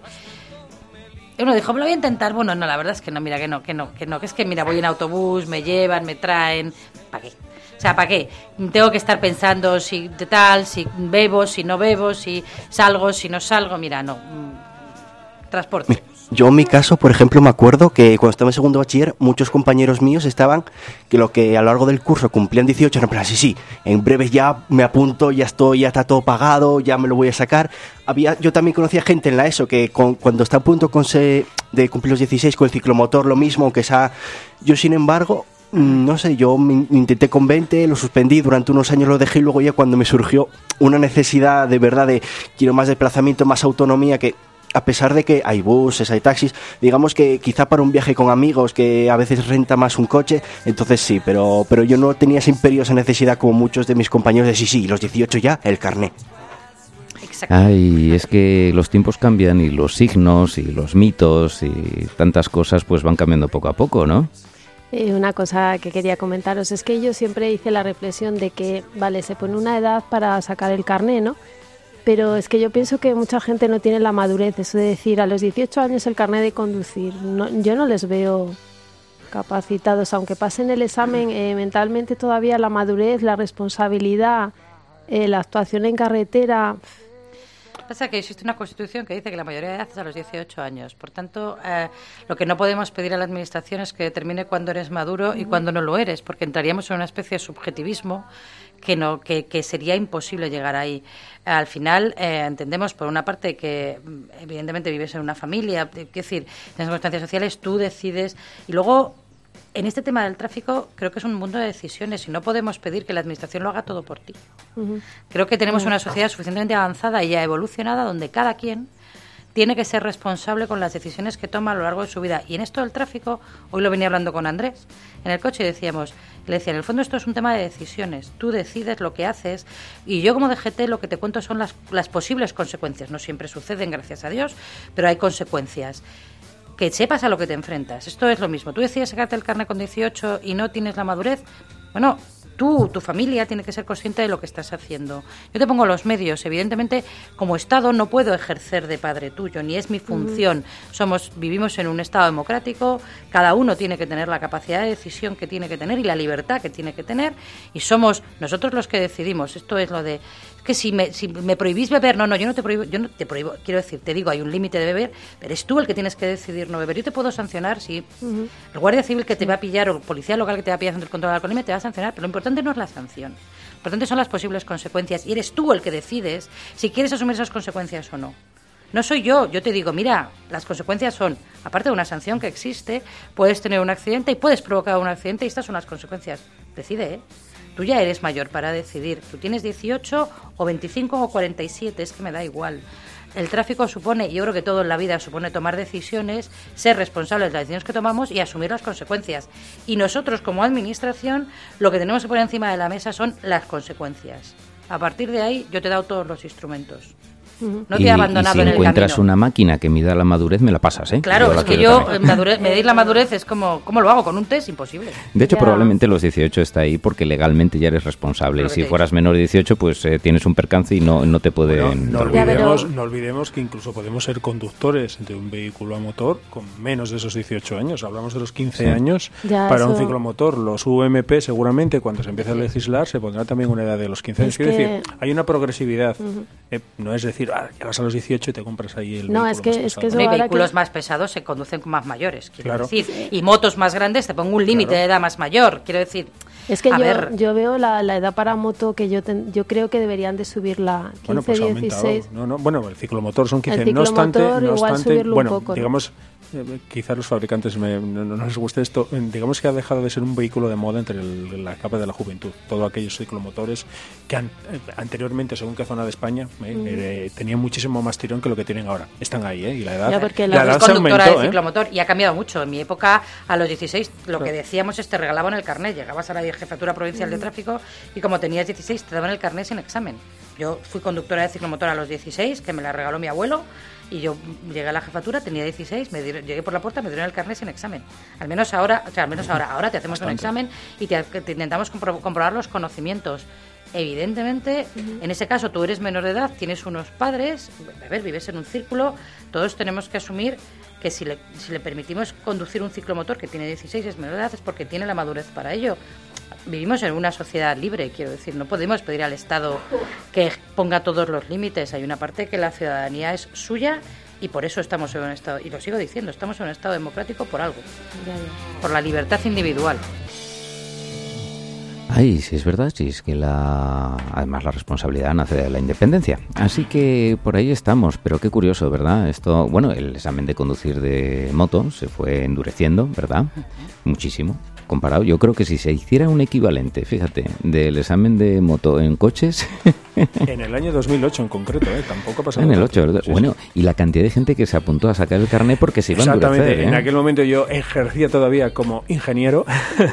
Y uno dijo, me lo voy a intentar. Bueno, no, la verdad es que no, mira, que no, que no, que no, que es que mira, voy en autobús, me llevan, me traen, ¿para qué? O sea, ¿para qué? Tengo que estar pensando si de tal, si bebo, si no bebo, si salgo, si no salgo, mira, no. Transporte. Yo en mi caso, por ejemplo, me acuerdo que cuando estaba en segundo bachiller, muchos compañeros míos estaban, que lo que a lo largo del curso cumplían dieciocho, eran plan, sí, sí, en breve ya me apunto, ya estoy, ya está todo pagado, ya me lo voy a sacar. Había, yo también conocía gente en la ESO que con, cuando está a punto con se, de cumplir los dieciséis con el ciclomotor, lo mismo, aunque sea... Yo, sin embargo, no sé, yo me intenté con veinte, lo suspendí, durante unos años lo dejé y luego ya cuando me surgió una necesidad de verdad de quiero más desplazamiento, más autonomía, que... A pesar de que hay buses, hay taxis, digamos que quizá para un viaje con amigos que a veces renta más un coche, entonces sí, pero, pero yo no tenía esa imperiosa necesidad como muchos de mis compañeros de sí, sí, los dieciocho ya, el carné. Ay, es que los tiempos cambian y los signos y los mitos y tantas cosas pues van cambiando poco a poco, ¿no? Eh, una cosa que quería comentaros es que yo siempre hice la reflexión de que, vale, se pone una edad para sacar el carné, ¿no? Pero es que yo pienso que mucha gente no tiene la madurez, eso de decir a los dieciocho años el carné de conducir. No, yo no les veo capacitados, aunque pasen el examen, eh, mentalmente todavía la madurez, la responsabilidad, eh, la actuación en carretera. Pasa que existe una Constitución que dice que la mayoría de edad es a los dieciocho años. Por tanto, eh, lo que no podemos pedir a la Administración es que determine cuándo eres maduro y cuándo no lo eres, porque entraríamos en una especie de subjetivismo que no que, que sería imposible llegar ahí. Al final, eh, entendemos, por una parte, que evidentemente vives en una familia, es decir, en circunstancias sociales tú decides, y luego... En este tema del tráfico creo que es un mundo de decisiones y no podemos pedir que la Administración lo haga todo por ti. Uh-huh. Creo que tenemos uh-huh. una sociedad suficientemente avanzada y ya evolucionada donde cada quien tiene que ser responsable con las decisiones que toma a lo largo de su vida. Y en esto del tráfico, hoy lo venía hablando con Andrés en el coche y decíamos, le decía, en el fondo esto es un tema de decisiones. Tú decides lo que haces y yo como D G T lo que te cuento son las, las posibles consecuencias. No siempre suceden, gracias a Dios, pero hay consecuencias. Que sepas a lo que te enfrentas. Esto es lo mismo. Tú decides sacarte el carnet con dieciocho y no tienes la madurez. Bueno, tú, tu familia, tiene que ser consciente de lo que estás haciendo. Yo te pongo los medios. Evidentemente, como Estado no puedo ejercer de padre tuyo, ni es mi función. Mm. Somos, vivimos en un Estado democrático. Cada uno tiene que tener la capacidad de decisión que tiene que tener y la libertad que tiene que tener. Y somos nosotros los que decidimos. Esto es lo de... que si me, si me prohibís beber, no, no, yo no te prohíbo, yo no te prohíbo, quiero decir, te digo, hay un límite de beber, pero eres tú el que tienes que decidir no beber. Yo te puedo sancionar si uh-huh. el guardia civil que te va a pillar o el policía local que te va a pillar haciendo el control de alcoholemia te va a sancionar, pero lo importante no es la sanción, lo importante son las posibles consecuencias y eres tú el que decides si quieres asumir esas consecuencias o no. No soy yo, yo te digo, mira, las consecuencias son, aparte de una sanción que existe, puedes tener un accidente y puedes provocar un accidente y estas son las consecuencias. Decide, ¿eh? Tú ya eres mayor para decidir. Tú tienes dieciocho o veinticinco o cuarenta y siete, es que me da igual. El tráfico supone, y yo creo que todo en la vida supone tomar decisiones, ser responsables de las decisiones que tomamos y asumir las consecuencias. Y nosotros, como administración, lo que tenemos que poner encima de la mesa son las consecuencias. A partir de ahí, yo te he dado todos los instrumentos. No te he abandonado en el camino. Y si encuentras una máquina que mida la madurez, me la pasas, ¿eh? Claro, es que yo, madurez, medir la madurez es como... ¿Cómo lo hago? Con un test, imposible. De hecho, ya. probablemente los dieciocho está ahí porque legalmente ya eres responsable. Y si fueras menor de dieciocho, pues eh, tienes un percance y no, no te pueden... Bueno, no, olvidemos, no olvidemos que incluso podemos ser conductores de un vehículo a motor con menos de esos dieciocho años. Hablamos de los quince sí. años ya, para eso... un ciclomotor. Los U M P seguramente cuando se empiece a legislar se pondrá también una edad de los quince años. Es Quiero que... decir, hay una progresividad. Uh-huh. Eh, no es decir, ah, ya vas a los dieciocho y te compras ahí el no, vehículo es que, más es que pesado. Hay vehículos que... más pesados se conducen con más mayores, quiero claro. decir. Y motos más grandes te pongo un límite claro. de edad más mayor, quiero decir. Es que a yo, ver. yo veo la, la edad para moto que yo ten, yo creo que deberían de subirla quince, bueno, pues dieciséis. No, no, bueno, el ciclomotor son quince. No obstante, no obstante bueno, poco, digamos... ¿no? Quizás los fabricantes me, no, no les guste esto, digamos que ha dejado de ser un vehículo de moda entre el, la capa de la juventud. Todos aquellos ciclomotores que han, anteriormente, según qué zona de España, eh, mm. eh, tenían muchísimo más tirón que lo que tienen ahora. Están ahí, ¿eh? Y la edad, ya, porque la, la edad es conductora aumentó, de ciclomotor ¿eh? Y ha cambiado mucho. En mi época, a los dieciséis, lo claro. que decíamos es te regalaban el carnet. Llegabas a la Jefatura Provincial mm. de Tráfico y como tenías dieciséis, te daban el carnet sin examen. Yo fui conductora de ciclomotor a los dieciséis, que me la regaló mi abuelo. Y yo llegué a la jefatura, tenía dieciséis, me dieron, llegué por la puerta, me dieron el carnet sin examen. Al menos ahora, o sea, al menos ahora, ahora te hacemos Bastante. un examen y te, te intentamos compro, comprobar los conocimientos. Evidentemente, uh-huh. en ese caso tú eres menor de edad, tienes unos padres, a ver, vives en un círculo, todos tenemos que asumir que si le, si le permitimos conducir un ciclomotor que tiene dieciséis, es menor de edad, es porque tiene la madurez para ello. Vivimos en una sociedad libre, quiero decir, no podemos pedir al Estado que ponga todos los límites. Hay una parte que la ciudadanía es suya y por eso estamos en un Estado, y lo sigo diciendo, estamos en un Estado democrático por algo, ya, ya. por la libertad individual. Ay, sí es verdad, sí es que la además la responsabilidad nace de la independencia. Así que por ahí estamos, pero qué curioso, ¿verdad? Esto, bueno, el examen de conducir de moto se fue endureciendo, ¿verdad? Muchísimo. Comparado, yo creo que si se hiciera un equivalente, fíjate, del examen de moto en coches, En el año dos mil ocho en concreto, ¿eh? Tampoco ha pasado En el tanto. ocho, ¿verdad? Sí, Bueno, sí. y la cantidad de gente que se apuntó a sacar el carnet porque se iba a Exactamente, endurecer, ¿eh? en aquel momento yo ejercía todavía como ingeniero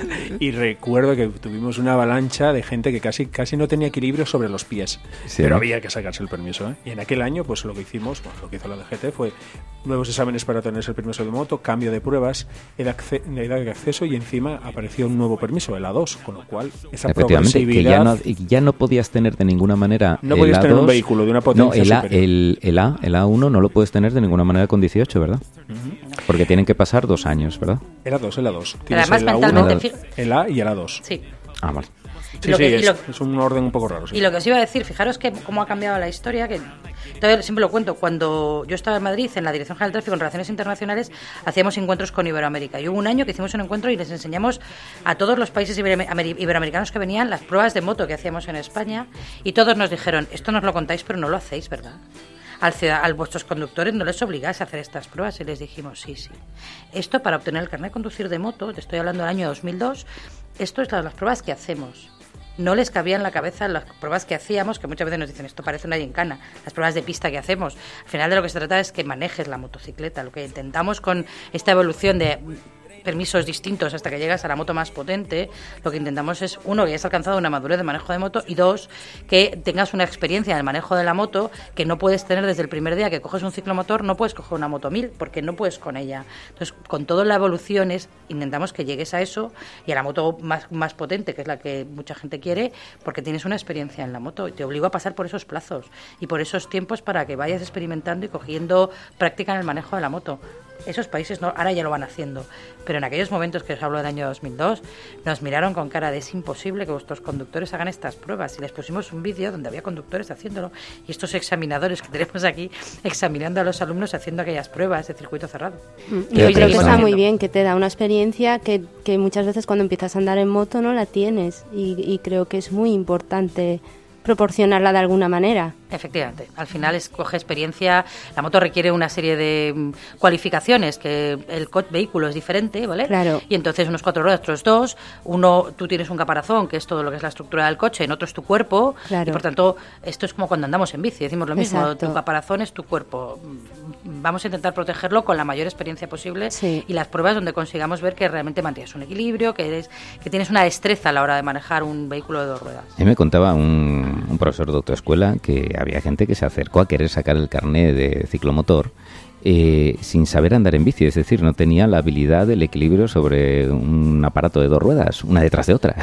y recuerdo que tuvimos una avalancha de gente que casi casi no tenía equilibrio sobre los pies, Sí. pero había que sacarse el permiso, ¿eh? Y en aquel año pues lo que hicimos, bueno, lo que hizo la D G T fue nuevos exámenes para tener el permiso de moto, cambio de pruebas, edad, edad de acceso y encima apareció un nuevo permiso, el A dos, con lo cual esa Efectivamente, que progresividad... ya no, y ya no podías tener de ninguna manera No el podías tener un A dos, vehículo de una no, potencia el A, superior. el, el A, el A uno no lo puedes tener de ninguna manera con dieciocho, ¿verdad? Porque tienen que pasar dos años, ¿verdad? El A dos, el A dos. Pero Tienes además el A uno, mentalmente... fi- el A y el A dos. Sí. Ah, vale. Sí, lo sí, que- y es, lo- es un orden un poco raro. Sí. Y lo que os iba a decir, fijaros que cómo ha cambiado la historia, que todavía siempre lo cuento, cuando yo estaba en Madrid, en la Dirección General del Tráfico en Relaciones Internacionales, hacíamos encuentros con Iberoamérica. Y hubo un año que hicimos un encuentro y les enseñamos a todos los países ibero- ameri- iberoamericanos que venían las pruebas de moto que hacíamos en España, y todos nos dijeron, esto nos lo contáis, pero no lo hacéis, ¿verdad? Al ciudad- a vuestros conductores no les obligáis a hacer estas pruebas. Y les dijimos, sí, sí. Esto para obtener el carnet de conducir de moto, te estoy hablando del año dos mil dos, esto es la- las pruebas que hacemos. No les cabía en la cabeza las pruebas que hacíamos, que muchas veces nos dicen, esto parece una gincana, las pruebas de pista que hacemos. Al final de lo que se trata es que manejes la motocicleta. Lo que intentamos con esta evolución de permisos distintos hasta que llegas a la moto más potente, lo que intentamos es, uno, que hayas alcanzado una madurez de manejo de moto, y dos, que tengas una experiencia en el manejo de la moto que no puedes tener desde el primer día que coges un ciclomotor. No puedes coger una moto mil porque no puedes con ella. Entonces, con toda la evolución es, intentamos que llegues a eso y a la moto más, más potente, que es la que mucha gente quiere, porque tienes una experiencia en la moto y te obligo a pasar por esos plazos y por esos tiempos para que vayas experimentando y cogiendo práctica en el manejo de la moto. Esos países no, ahora ya lo van haciendo, pero en aquellos momentos que os hablo del año dos mil dos, nos miraron con cara de es imposible que vuestros conductores hagan estas pruebas, y les pusimos un vídeo donde había conductores haciéndolo y estos examinadores que tenemos aquí examinando a los alumnos haciendo aquellas pruebas de circuito cerrado. Y Y yo hoy creo que seguimos está muy haciendo. bien, que te da una experiencia que, que muchas veces cuando empiezas a andar en moto no la tienes, y, y creo que es muy importante proporcionarla de alguna manera. Efectivamente, al final es coge experiencia. La moto requiere una serie de mm, cualificaciones, que el co- vehículo es diferente, ¿vale? Claro. Y entonces unos cuatro ruedas, otros dos. Uno, tú tienes un caparazón, que es todo lo que es la estructura del coche, en otro es tu cuerpo. Claro. Y por tanto, esto es como cuando andamos en bici, decimos lo mismo. Exacto. Tu caparazón es tu cuerpo. Mm, Vamos a intentar protegerlo con la mayor experiencia posible. Sí. Y las pruebas donde consigamos ver que realmente mantienes un equilibrio, que eres, que tienes una destreza a la hora de manejar un vehículo de dos ruedas. A mí me contaba un, un profesor de autoescuela que había gente que se acercó a querer sacar el carné de ciclomotor eh, sin saber andar en bici, es decir, no tenía la habilidad del equilibrio sobre un aparato de dos ruedas, una detrás de otra.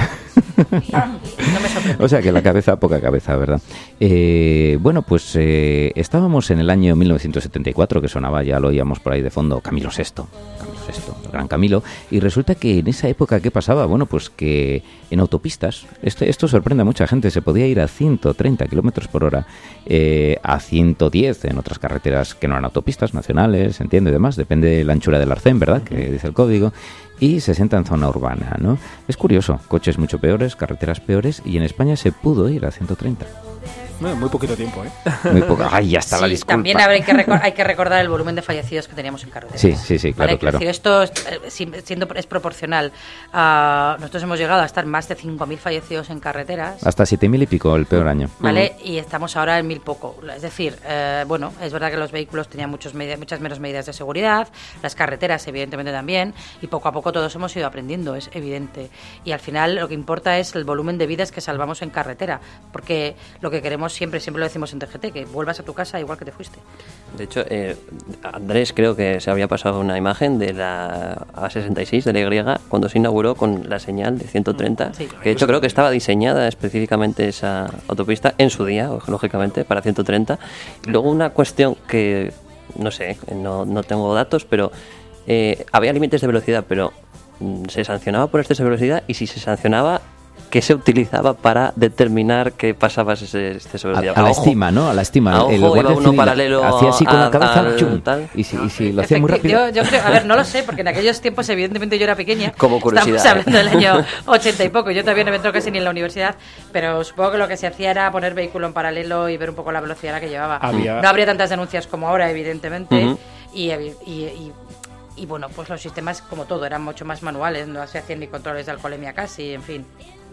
No me sorprende. O sea que la cabeza, poca cabeza, ¿verdad? Eh, bueno, pues eh, estábamos en el año mil novecientos setenta y cuatro, que sonaba, ya lo oíamos por ahí de fondo, Camilo sexto. Camilo sexto, el gran Camilo. Y resulta que en esa época, ¿qué pasaba? Bueno, pues que en autopistas, esto, esto sorprende a mucha gente, se podía ir a ciento treinta kilómetros por hora, eh, a ciento diez en otras carreteras que no eran autopistas, nacionales, entiende, y demás, depende de la anchura del arcén, ¿verdad? Que dice el código. Y sesenta en zona urbana, ¿no? Es curioso, coches mucho peores, carreteras peores, y en España se pudo ir a ciento treinta. Bueno, muy poquito tiempo, ¿eh? Muy poco. Ay, ya está la Sí, disculpa. también habrá que recor- hay que recordar el volumen de fallecidos que teníamos en carreteras. Sí, sí, sí, claro, ¿Vale? Quiero claro. decir, esto es, eh, si- siendo es proporcional. a nosotros hemos llegado a estar más de cinco mil fallecidos en carreteras. Hasta siete mil y pico el peor año. ¿Vale? Y estamos ahora en mil poco. Es decir, eh, bueno, es verdad que los vehículos tenían muchos medi- muchas menos medidas de seguridad, las carreteras evidentemente también, y poco a poco todos hemos ido aprendiendo, es evidente. Y al final lo que importa es el volumen de vidas que salvamos en carretera, porque lo que queremos siempre, siempre lo decimos en T G T, que vuelvas a tu casa igual que te fuiste. De hecho, eh, Andrés creo que se había pasado una imagen de la A sesenta y seis de la Y cuando se inauguró con la señal de ciento treinta, Sí. que de hecho creo que estaba diseñada específicamente esa autopista en su día, lógicamente, para ciento treinta. Y luego una cuestión que, no sé, no, no tengo datos, pero eh, había límites de velocidad, pero mm, ¿se sancionaba por exceso de velocidad? Y si se sancionaba, ¿qué se utilizaba para determinar que pasabas ese exceso de A, velocidad? a la ojo. estima, ¿no? A la estima. A ojo, el iba guardia uno civil paralelo hacía así con a- la cabeza, al chum, tal. y si, y si lo hacía muy Efecti- rápido. Yo, yo creo, a ver, no lo sé, porque en aquellos tiempos, evidentemente, yo era pequeña. Como curiosidad, Estamos hablando ¿eh? del año ochenta y poco. Yo todavía no me entro casi ni en la universidad, pero supongo que lo que se hacía era poner vehículo en paralelo y ver un poco la velocidad a la que llevaba. Había- No habría tantas denuncias como ahora, evidentemente. Ujú. y, y, y, y, bueno, pues los sistemas, como todo, eran mucho más manuales. No se hacían ni controles de alcoholemia casi, en fin.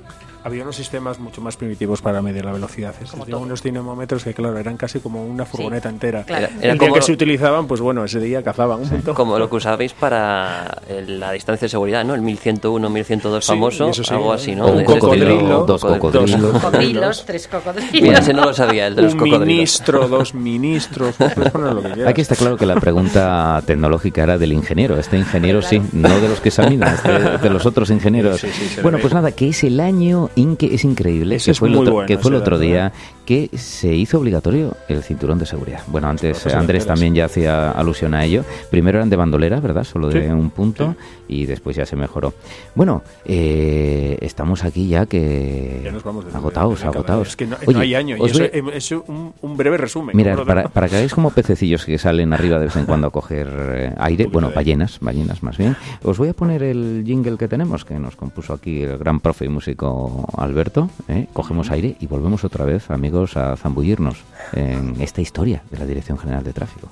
Había unos sistemas mucho más primitivos para medir la velocidad. Existían unos dinamómetros que, claro, eran casi como una furgoneta sí, entera. Claro. Era, era el día como que se utilizaban, pues bueno, ese día cazaban un montón. Como lo que usabais para el, la distancia de seguridad, ¿no? El mil ciento uno, mil ciento dos sí, famoso, sí, algo así, ¿no? O un cocodrilo, dos cocodrilos. Dos cocodrilos, tres cocodrilos. Mira, ese no lo sabía, el de los un cocodrilos. Un ministro, dos ministros, puedes poner lo que quieras. Aquí está claro que la pregunta tecnológica era del ingeniero. Este ingeniero sí, no de los que examinan, este, de los otros ingenieros. Sí, sí, sí, bueno, pues nada, que es el año en que es increíble. Ese que fue, el otro, bueno, que fue el otro día que se hizo obligatorio el cinturón de seguridad. Bueno, antes Andrés también ya hacía alusión a ello. Primero eran de bandolera, ¿verdad? Solo de sí, un punto sí. Y después ya se mejoró. Bueno, eh, estamos aquí ya que... Ya nos vamos de agotados, de agotados. Es que no, Oye, no hay año. Y eso es un, un breve resumen. Mirad, para, para que hagáis como pececillos que salen arriba de vez en cuando a coger eh, aire, bueno, ballenas, ballenas más bien, os voy a poner el jingle que tenemos, que nos compuso aquí el gran profe y músico Alberto. ¿Eh? Cogemos aire y volvemos otra vez, amigos, a zambullirnos en esta historia de la Dirección General de Tráfico.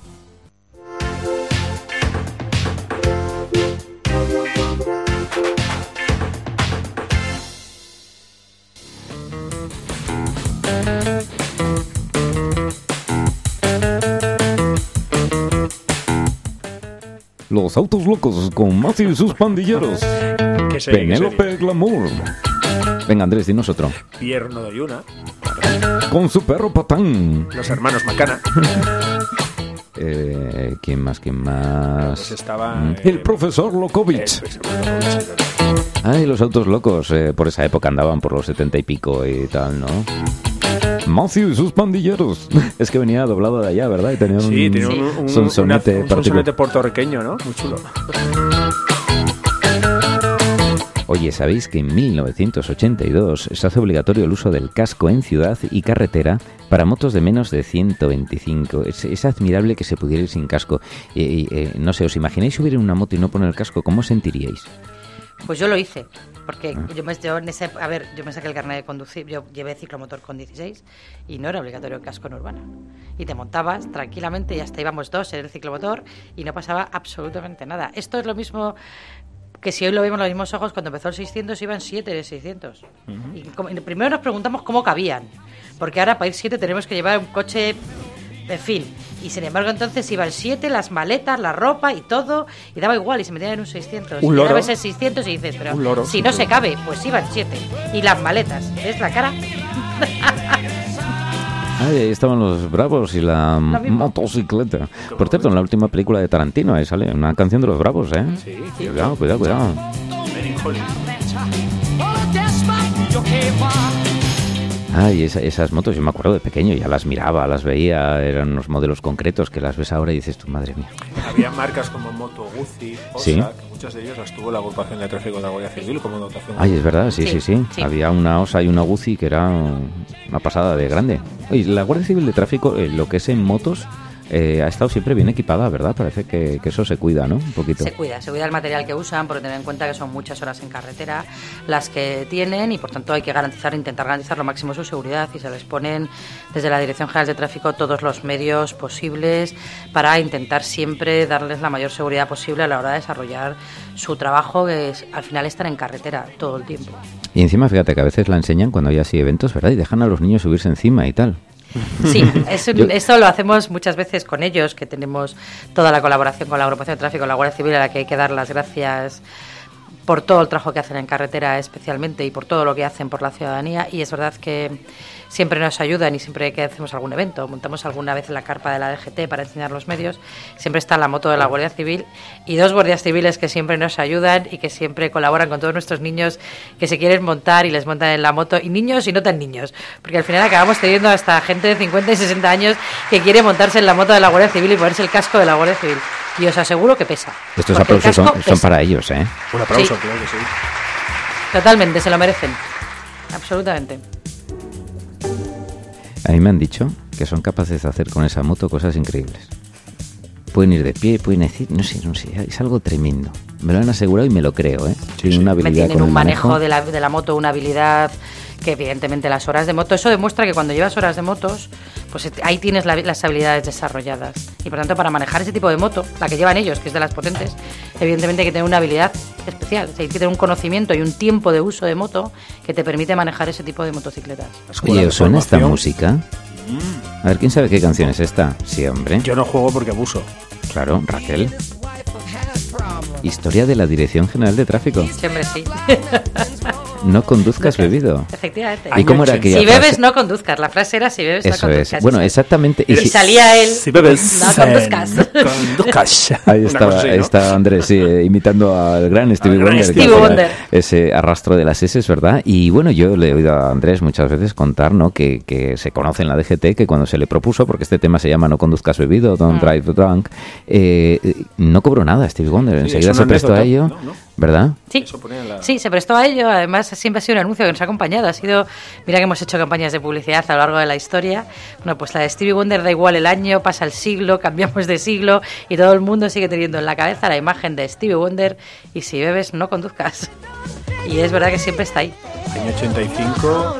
Los autos locos con Matthew y sus pandilleros. Penélope Glamour. Venga, Andrés, dinos otro. Pierre no doy una. Con su perro Patán. Los hermanos Macana. eh, ¿Quién más? ¿Quién más? Pues estaba... Mm. El eh, profesor Lokovich. Ay, los autos locos. Eh, por esa época andaban por los setenta y pico y tal, ¿no? Matthew y sus pandilleros. Es que venía doblado de allá, ¿verdad? Y tenía un, sí, tenía un, un, sonsonete, una, un sonsonete puertorriqueño, ¿no? Muy chulo. Oye, ¿sabéis que en mil novecientos ochenta y dos se hace obligatorio el uso del casco en ciudad y carretera para motos de menos de ciento veinticinco? Es, es admirable que se pudiera ir sin casco. Eh, eh, no sé, ¿os imagináis subir en una moto y no poner el casco? ¿Cómo sentiríais? Pues yo lo hice, porque ah. yo, me, yo en ese, a ver, yo me saqué el carnet de conducir, yo llevé ciclomotor con dieciséis y no era obligatorio el casco en urbana. Y te montabas tranquilamente y hasta íbamos dos en el ciclomotor y no pasaba absolutamente nada. Esto es lo mismo que si hoy lo vemos los mismos ojos, cuando empezó el seiscientos iban siete de seiscientos. Uh-huh. Y, como, y primero nos preguntamos cómo cabían, porque ahora para ir siete tenemos que llevar un coche, en fin. Y sin embargo entonces iban siete, las maletas, la ropa y todo, y daba igual, y se metían en un seiscientos. Un y loro. ahora ves el seiscientos y dices, pero loro, si no loro. Se cabe, pues iban siete. Y las maletas, ¿ves la cara? Ahí estaban los Bravos y la motocicleta. Por cierto, en la última película de Tarantino ahí sale una canción de los Bravos, ¿eh? Sí, sí. Cuidado, cuidado, cuidado. Ay, esa, esas motos, yo me acuerdo de pequeño, ya las miraba, las veía, eran unos modelos concretos que las ves ahora y dices, tu madre mía. Había marcas como Moto Guzzi, Osa, ¿sí? Que muchas de ellas las tuvo la agrupación de tráfico de la Guardia Civil como dotación. Ay, es verdad, sí, sí, sí, sí. sí. Había una Osa y una Guzzi que era una pasada de grande. Oye, la Guardia Civil de Tráfico, eh, lo que es en motos, Eh, ha estado siempre bien equipada, ¿verdad? Parece que, que eso se cuida, ¿no? Un poquito. Se cuida, se cuida el material que usan, porque tener en cuenta que son muchas horas en carretera las que tienen y por tanto hay que garantizar, intentar garantizar lo máximo su seguridad y se les ponen desde la Dirección General de Tráfico todos los medios posibles para intentar siempre darles la mayor seguridad posible a la hora de desarrollar su trabajo, que es, al final están en carretera todo el tiempo. Y encima, fíjate que a veces la enseñan cuando hay así eventos, ¿verdad? Y dejan a los niños subirse encima y tal. Sí, eso, Yo... eso lo hacemos muchas veces con ellos, que tenemos toda la colaboración con la agrupación de tráfico, la Guardia Civil, a la que hay que dar las gracias por todo el trabajo que hacen en carretera especialmente y por todo lo que hacen por la ciudadanía. Y es verdad que siempre nos ayudan y siempre que hacemos algún evento, montamos alguna vez en la carpa de la D G T para enseñar los medios, siempre está la moto de la Guardia Civil y dos guardias civiles que siempre nos ayudan y que siempre colaboran con todos nuestros niños que se quieren montar y les montan en la moto, y niños y no tan niños, porque al final acabamos teniendo hasta gente de cincuenta y sesenta años que quiere montarse en la moto de la Guardia Civil y ponerse el casco de la Guardia Civil. Y os aseguro que pesa. Estos aplausos son, son para ellos, ¿eh? Un aplauso, sí. Claro que sí. Totalmente, se lo merecen. Absolutamente. A mí me han dicho que son capaces de hacer con esa moto cosas increíbles. Pueden ir de pie, pueden decir, no sé, no sé, es algo tremendo. Me lo han asegurado y me lo creo, ¿eh? Tienen una habilidad me tienen con un el manejo, manejo de la, de la moto, una habilidad que evidentemente las horas de moto, eso demuestra que cuando llevas horas de motos, pues ahí tienes la, las habilidades desarrolladas. Y por tanto, para manejar ese tipo de moto, la que llevan ellos, que es de las potentes, evidentemente hay que tener una habilidad especial. O sea, hay que tener un conocimiento y un tiempo de uso de moto que te permite manejar ese tipo de motocicletas. Oye, ¿os suena esta música? A ver, ¿quién sabe qué canción es esta? Sí, hombre. Yo no juego porque abuso. Claro, Raquel. Historia de la Dirección General de Tráfico. Siempre sí. No conduzcas bebido. Efectivamente. ¿Y cómo era aquella Si bebes, frase? no conduzcas. La frase era si bebes, Eso no conduzcas. es. Bueno, exactamente. Y, si... salía él. Si bebes, no conduzcas. conduzcas. Ahí estaba, así, ¿no? Está Andrés, sí, imitando al gran Stevie gran Wonder. Stevie Wonder. Ese arrastro de las S, ¿verdad? Y bueno, yo le he oído a Andrés muchas veces contar, ¿no? Que, que se conoce en la D G T que cuando se le propuso, porque este tema se llama No conduzcas bebido, Don't Mm. drive drunk, eh, no cobró nada Stevie Wonder. Sí, Enseguida es se una prestó a anécdota. ello. No, no. ¿Verdad? Sí, Eso ponía en la- sí, se prestó a ello. Además, siempre ha sido un anuncio que nos ha acompañado. Ha sido, mira que hemos hecho campañas de publicidad a lo largo de la historia. Bueno, pues la de Stevie Wonder da igual el año, pasa el siglo, cambiamos de siglo y todo el mundo sigue teniendo en la cabeza la imagen de Stevie Wonder y si bebes, no conduzcas. Y es verdad que siempre está ahí. Año ochenta y cinco.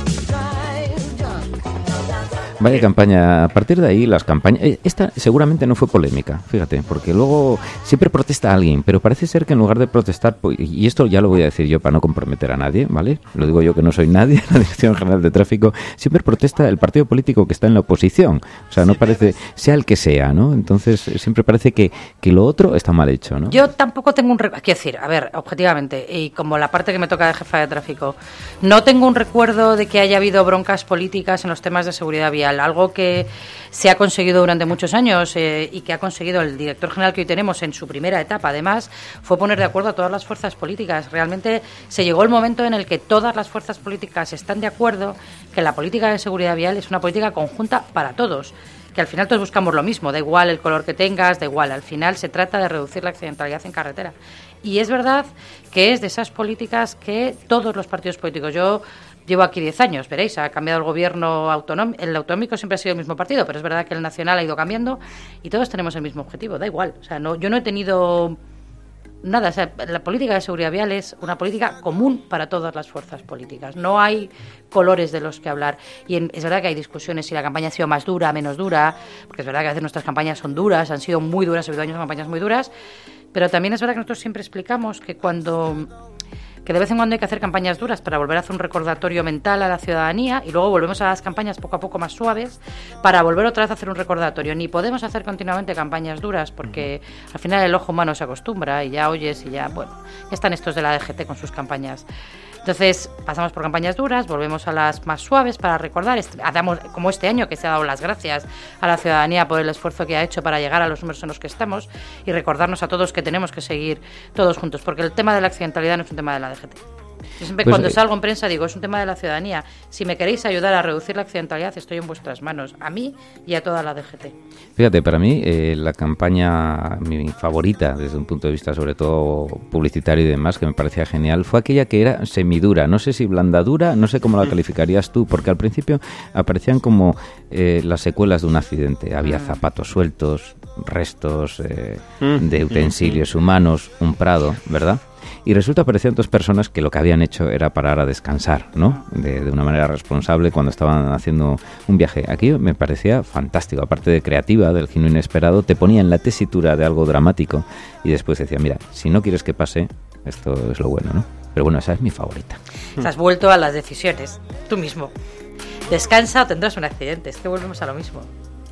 Vaya campaña. A partir de ahí, las campañas... eh, Esta seguramente no fue polémica, fíjate, porque luego siempre protesta alguien, pero parece ser que en lugar de protestar, pues, y esto ya lo voy a decir yo para no comprometer a nadie, ¿vale? Lo digo yo que no soy nadie en la Dirección General de Tráfico, siempre protesta el partido político que está en la oposición. O sea, no parece, sea el que sea, ¿no? Entonces, eh, siempre parece que, que lo otro está mal hecho, ¿no? Yo tampoco tengo un... Re- Quiero decir, a ver, objetivamente, y como la parte que me toca de jefa de tráfico, no tengo un recuerdo de que haya habido broncas políticas en los temas de seguridad vial. Algo que se ha conseguido durante muchos años eh, y que ha conseguido el director general que hoy tenemos en su primera etapa, además, fue poner de acuerdo a todas las fuerzas políticas. Realmente se llegó el momento en el que todas las fuerzas políticas están de acuerdo que la política de seguridad vial es una política conjunta para todos, que al final todos buscamos lo mismo, da igual el color que tengas, da igual, al final se trata de reducir la accidentalidad en carretera. Y es verdad que es de esas políticas que todos los partidos políticos, yo llevo aquí diez años, veréis, ha cambiado el gobierno autonómico, el autonómico siempre ha sido el mismo partido, pero es verdad que el nacional ha ido cambiando y todos tenemos el mismo objetivo, da igual, o sea, no, yo no he tenido nada, o sea, la política de seguridad vial es una política común para todas las fuerzas políticas, no hay colores de los que hablar, y en, es verdad que hay discusiones si la campaña ha sido más dura, menos dura, porque es verdad que a veces nuestras campañas son duras, han sido muy duras, ha habido años de campañas muy duras, pero también es verdad que nosotros siempre explicamos que cuando... que de vez en cuando hay que hacer campañas duras para volver a hacer un recordatorio mental a la ciudadanía y luego volvemos a las campañas poco a poco más suaves para volver otra vez a hacer un recordatorio. Ni podemos hacer continuamente campañas duras porque al final el ojo humano se acostumbra y ya oyes y ya, bueno, ya están estos de la D G T con sus campañas. Entonces pasamos por campañas duras, volvemos a las más suaves para recordar, hacemos como este año que se ha dado las gracias a la ciudadanía por el esfuerzo que ha hecho para llegar a los números en los que estamos y recordarnos a todos que tenemos que seguir todos juntos, porque el tema de la accidentalidad no es un tema de la D G T. Yo siempre Pues, cuando eh, salgo en prensa digo, es un tema de la ciudadanía. Si me queréis ayudar a reducir la accidentalidad, estoy en vuestras manos, a mí y a toda la D G T. Fíjate, para mí eh, la campaña, mi favorita desde un punto de vista sobre todo publicitario y demás, que me parecía genial, fue aquella que era semidura, no sé si blandadura, no sé cómo la calificarías tú, porque al principio aparecían como eh, las secuelas de un accidente, había zapatos sueltos, restos eh, de utensilios humanos, un prado, ¿verdad? Y resulta aparecían dos personas que lo que habían hecho era parar a descansar, ¿no? De, de una manera responsable cuando estaban haciendo un viaje. Aquí me parecía fantástico, aparte de creativa, del giro inesperado, te ponía en la tesitura de algo dramático y después decía, mira, si no quieres que pase, esto es lo bueno, ¿no? Pero bueno, esa es mi favorita. Te has vuelto a las decisiones, tú mismo. Descansa o tendrás un accidente, es que volvemos a lo mismo.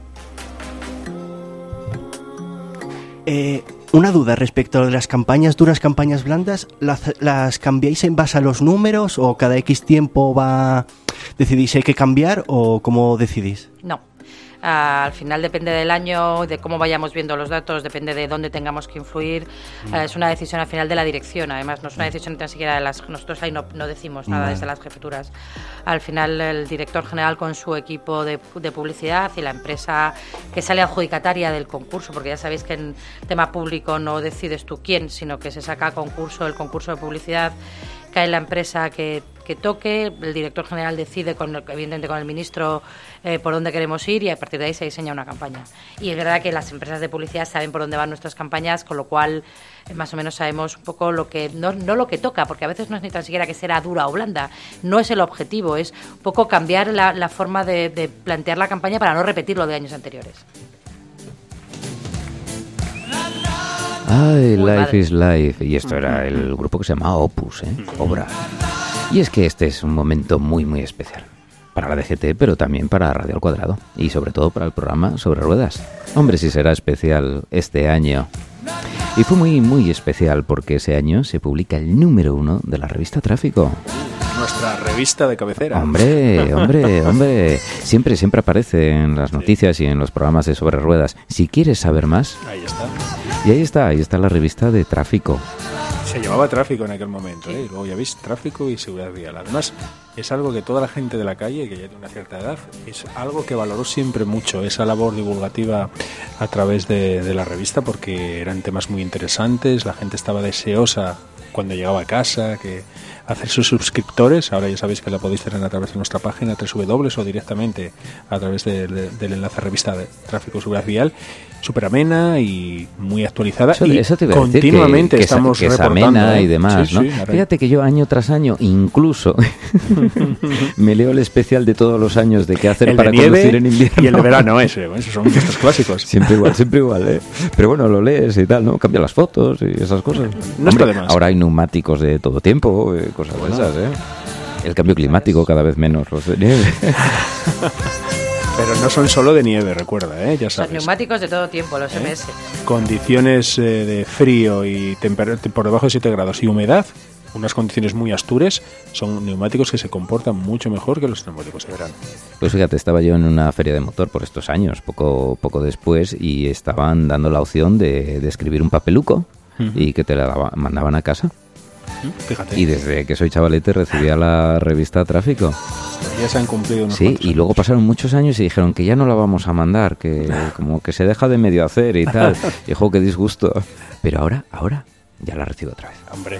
Eh, una duda respecto de las campañas duras, campañas blandas, ¿las, las cambiáis en base a los números o cada X tiempo va decidís si hay que cambiar o cómo decidís? No. Uh, al final depende del año, de cómo vayamos viendo los datos, depende de dónde tengamos que influir. Uh, es una decisión al final de la dirección, además no es una decisión ni siquiera de las... Nosotros ahí no, no decimos nada desde las jefaturas. Al final el director general con su equipo de, de publicidad y la empresa que sale adjudicataria del concurso, porque ya sabéis que en tema público no decides tú quién, sino que se saca a concurso el concurso de publicidad cae en la empresa que, que toque, el director general decide, con, evidentemente con el ministro, eh, por dónde queremos ir y a partir de ahí se diseña una campaña. Y es verdad que las empresas de publicidad saben por dónde van nuestras campañas, con lo cual eh, más o menos sabemos un poco lo que, no, no lo que toca, porque a veces no es ni tan siquiera que sea dura o blanda, no es el objetivo, es un poco cambiar la, la forma de, de plantear la campaña para no repetir lo de años anteriores. Ay, Uy, Life madre. is Life. Y esto era el grupo que se llamaba Opus, ¿eh? Obra. Y es que este es un momento muy, muy especial. Para la D G T, pero también para Radio al Cuadrado. Y sobre todo para el programa Sobre Ruedas. Hombre, sí será especial este año. Y fue muy, muy especial porque ese año se publica el número uno de la revista Tráfico. Nuestra revista de cabecera. Hombre, hombre, hombre. Siempre, siempre aparece en las noticias y en los programas de Sobre Ruedas. Si quieres saber más... Ahí está. Y ahí está, ahí está la revista de Tráfico. Se llamaba Tráfico en aquel momento, ¿eh? Luego ya veis, Tráfico y Seguridad Vial. Además, es algo que toda la gente de la calle, que ya tiene una cierta edad, es algo que valoró siempre mucho, esa labor divulgativa a través de, de la revista, porque eran temas muy interesantes, la gente estaba deseosa cuando llegaba a casa, que hacer sus suscriptores, ahora ya sabéis que la podéis tener a través de nuestra página doble u doble u doble u o directamente a través de, de, del enlace revista de Tráfico y Seguridad Vial, súper amena y muy actualizada. Eso, y eso te iba a decir, continuamente que, que estamos que es reportando, amena ¿eh? y demás, Sí, ¿no? sí, ahora- Fíjate que yo año tras año incluso me leo el especial de todos los años de qué hacer el para de nieve conducir en invierno y el de verano ese, bueno, esos son estos clásicos. Siempre igual, siempre igual, ¿eh? Pero bueno, lo lees y tal, ¿no? Cambia las fotos y esas cosas. No está de más. Ahora hay neumáticos de todo tiempo, eh, cosas de esas, ¿eh? El cambio climático cada vez menos, los de nieve. Pero no son solo de nieve, recuerda, ¿eh? Ya Los sabes. neumáticos de todo tiempo, los M S. Condiciones eh, de frío y temperatura por debajo de siete grados y humedad, unas condiciones muy astures, son neumáticos que se comportan mucho mejor que los neumáticos de verano. Pues fíjate, estaba yo en una feria de motor por estos años, poco poco después, y estaban dando la opción de, de escribir un papeluco Ujú. y que te la daba- mandaban a casa. Fíjate, Y desde que soy chavalete recibía la revista Tráfico. ya se han cumplido unos Sí, cuantos y años. luego pasaron muchos años y dijeron que ya no la vamos a mandar, que como que se deja de medio hacer y tal. Y jo, qué disgusto. Pero ahora, ahora, ya la recibo otra vez. Hombre,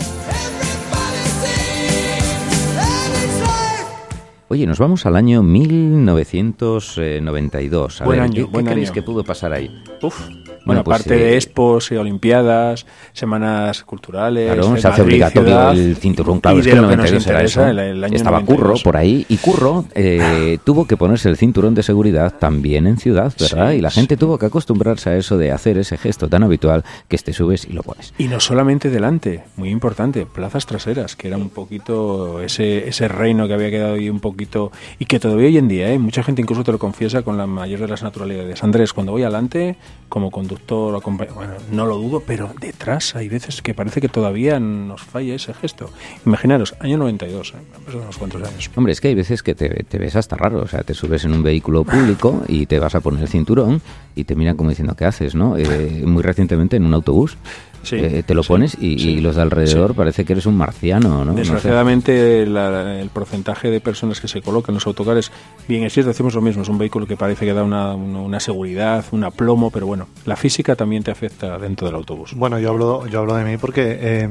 Oye, nos vamos al año mil novecientos noventa y dos. A Buen ver, año, ¿qué, buen qué creéis año. que pudo pasar ahí? uf. Bueno, Bueno, pues, aparte eh, de expos y olimpiadas, semanas culturales, Claro, en se hace Madrid, obligatorio ciudad, el cinturón, claro, y es de que el lo que noventa y dos nos era interesa, eso. el- el año Estaba noventa y dos. Curro por ahí, y Curro eh, tuvo que ponerse el cinturón de seguridad también en ciudad, ¿verdad? Sí, y la gente sí. tuvo que acostumbrarse a eso de hacer ese gesto tan habitual que te subes y lo pones. Y no solamente delante, muy importante, plazas traseras, que era un poquito ese ese reino que había quedado ahí un poquito, y que todavía hoy en día, ¿eh? Mucha gente incluso te lo confiesa con la mayor de las naturalidades. Andrés, cuando voy adelante, como conductor, o acompa- bueno, no lo dudo, pero detrás hay veces que parece que todavía nos falla ese gesto. Imaginaros, año noventa y dos, ¿eh? Han pasado unos cuantos años. Hombre, es que hay veces que te, te ves hasta raro, o sea, te subes en un vehículo público y te vas a poner el cinturón y te miran como diciendo, ¿qué haces, no? Eh, muy recientemente en un autobús. Sí, eh, te lo sí, pones y, sí. y los de alrededor Sí. parece que eres un marciano, ¿no? No sé. Desgraciadamente, la- el porcentaje de personas que se colocan en los autocares, bien es cierto, decimos lo mismo, es un vehículo que parece que da una, una, una seguridad, un aplomo, pero bueno, la física también te afecta dentro del autobús. Bueno, yo hablo, yo hablo de mí porque eh,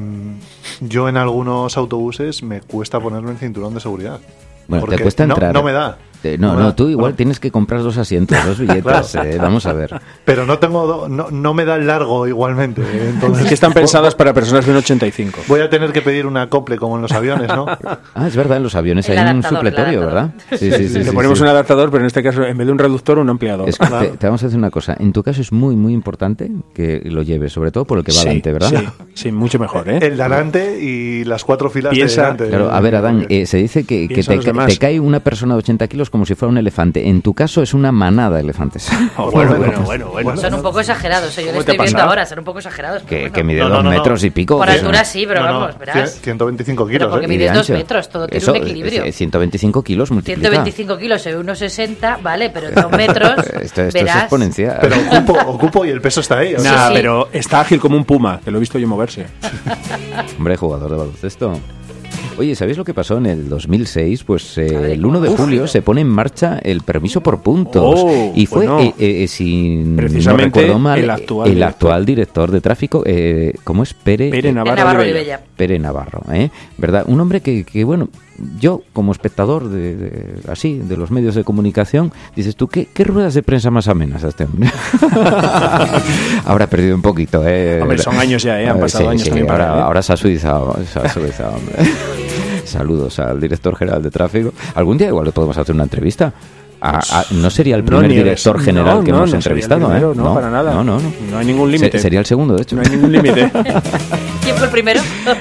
yo en algunos autobuses me cuesta ponerme el cinturón de seguridad. Bueno, Porque te cuesta no- entrar. no me da. Eh, no, No me no, da. tú igual Bueno. tienes que comprar dos asientos, dos billetes. Claro. eh, vamos a ver. Pero no tengo do- no, no me da el largo igualmente. Entonces Es que están pensadas para personas de un ochenta y cinco. voy a tener que pedir un acople como en los aviones, ¿no? Ah, es verdad, en los aviones El hay un adaptador, supletorio, el ¿verdad? adaptador. Sí, sí, sí. Le sí, ponemos sí. un adaptador, pero en este caso, en vez de un reductor, un ampliador. Es que te, te vamos a decir una cosa. En tu caso es muy, muy importante que lo lleves, sobre todo por el que va Sí, adelante, ¿verdad? Sí, sí, mucho mejor, ¿eh? El de adelante y las cuatro filas Piensa- de delante. Claro, a ver, Adán, eh, se dice que, que Piensa te, los ca- demás. te cae una persona de ochenta kilos como si fuera un elefante. En tu caso es una manada de elefantes. Oh, bueno, bueno, bueno, bueno. Son un poco exagerados, ¿eh? yo lo ¿Cómo te estoy viendo pasa? ahora, son un poco exagerados. pero que, bueno. que mide No, no, dos no, no. metros y pico. Por que- altura sí, pero No, no, vamos, verás. cien- ciento veinticinco Pero kilos. porque ¿eh? y de mides dos ancho. metros, todo tiene Eso, un equilibrio. eh, ciento veinticinco kilos multiplica. ciento veinticinco kilos en uno sesenta, vale, pero dos metros, Esto, esto es verás. exponencial. Pero ocupo, ocupo y el peso está ahí. o sea, Nah, sí. pero está ágil como un puma, que lo he visto yo moverse. Hombre, jugador de baloncesto. Oye, ¿sabéis lo que pasó en el dos mil seis? Pues eh, ver, el uno de uf, julio pero- se pone en marcha el permiso por puntos. Oh, y fue, bueno. eh, eh, si no Precisamente recuerdo mal, el actual el director. actual director de tráfico, eh, ¿cómo es? Pere, Pere eh, Navarro, Navarro Olivella. Olivella. Pere Navarro, ¿eh? ¿Verdad? Un hombre que, que bueno, yo como espectador de, de- así de los medios de comunicación, dices tú, ¿qué, qué ruedas de prensa más amenas a este hombre? Ahora ha perdido un poquito, ¿eh? Hombre, son años ya, ¿eh? Han Eh, pasado sí, años sí, también para ahora, él, ¿eh? ahora se ha suizado, se ha suizado, hombre. Saludos al director general de tráfico. Algún día igual le podemos hacer una entrevista. A- a- no sería el No primer niegues. director general No, que no, hemos no sería el entrevistado, primero, ¿eh? no, para nada. No, no, no. No hay ningún Se- límite. sería el segundo, de hecho. No hay ningún límite. ¿Quién fue el primero?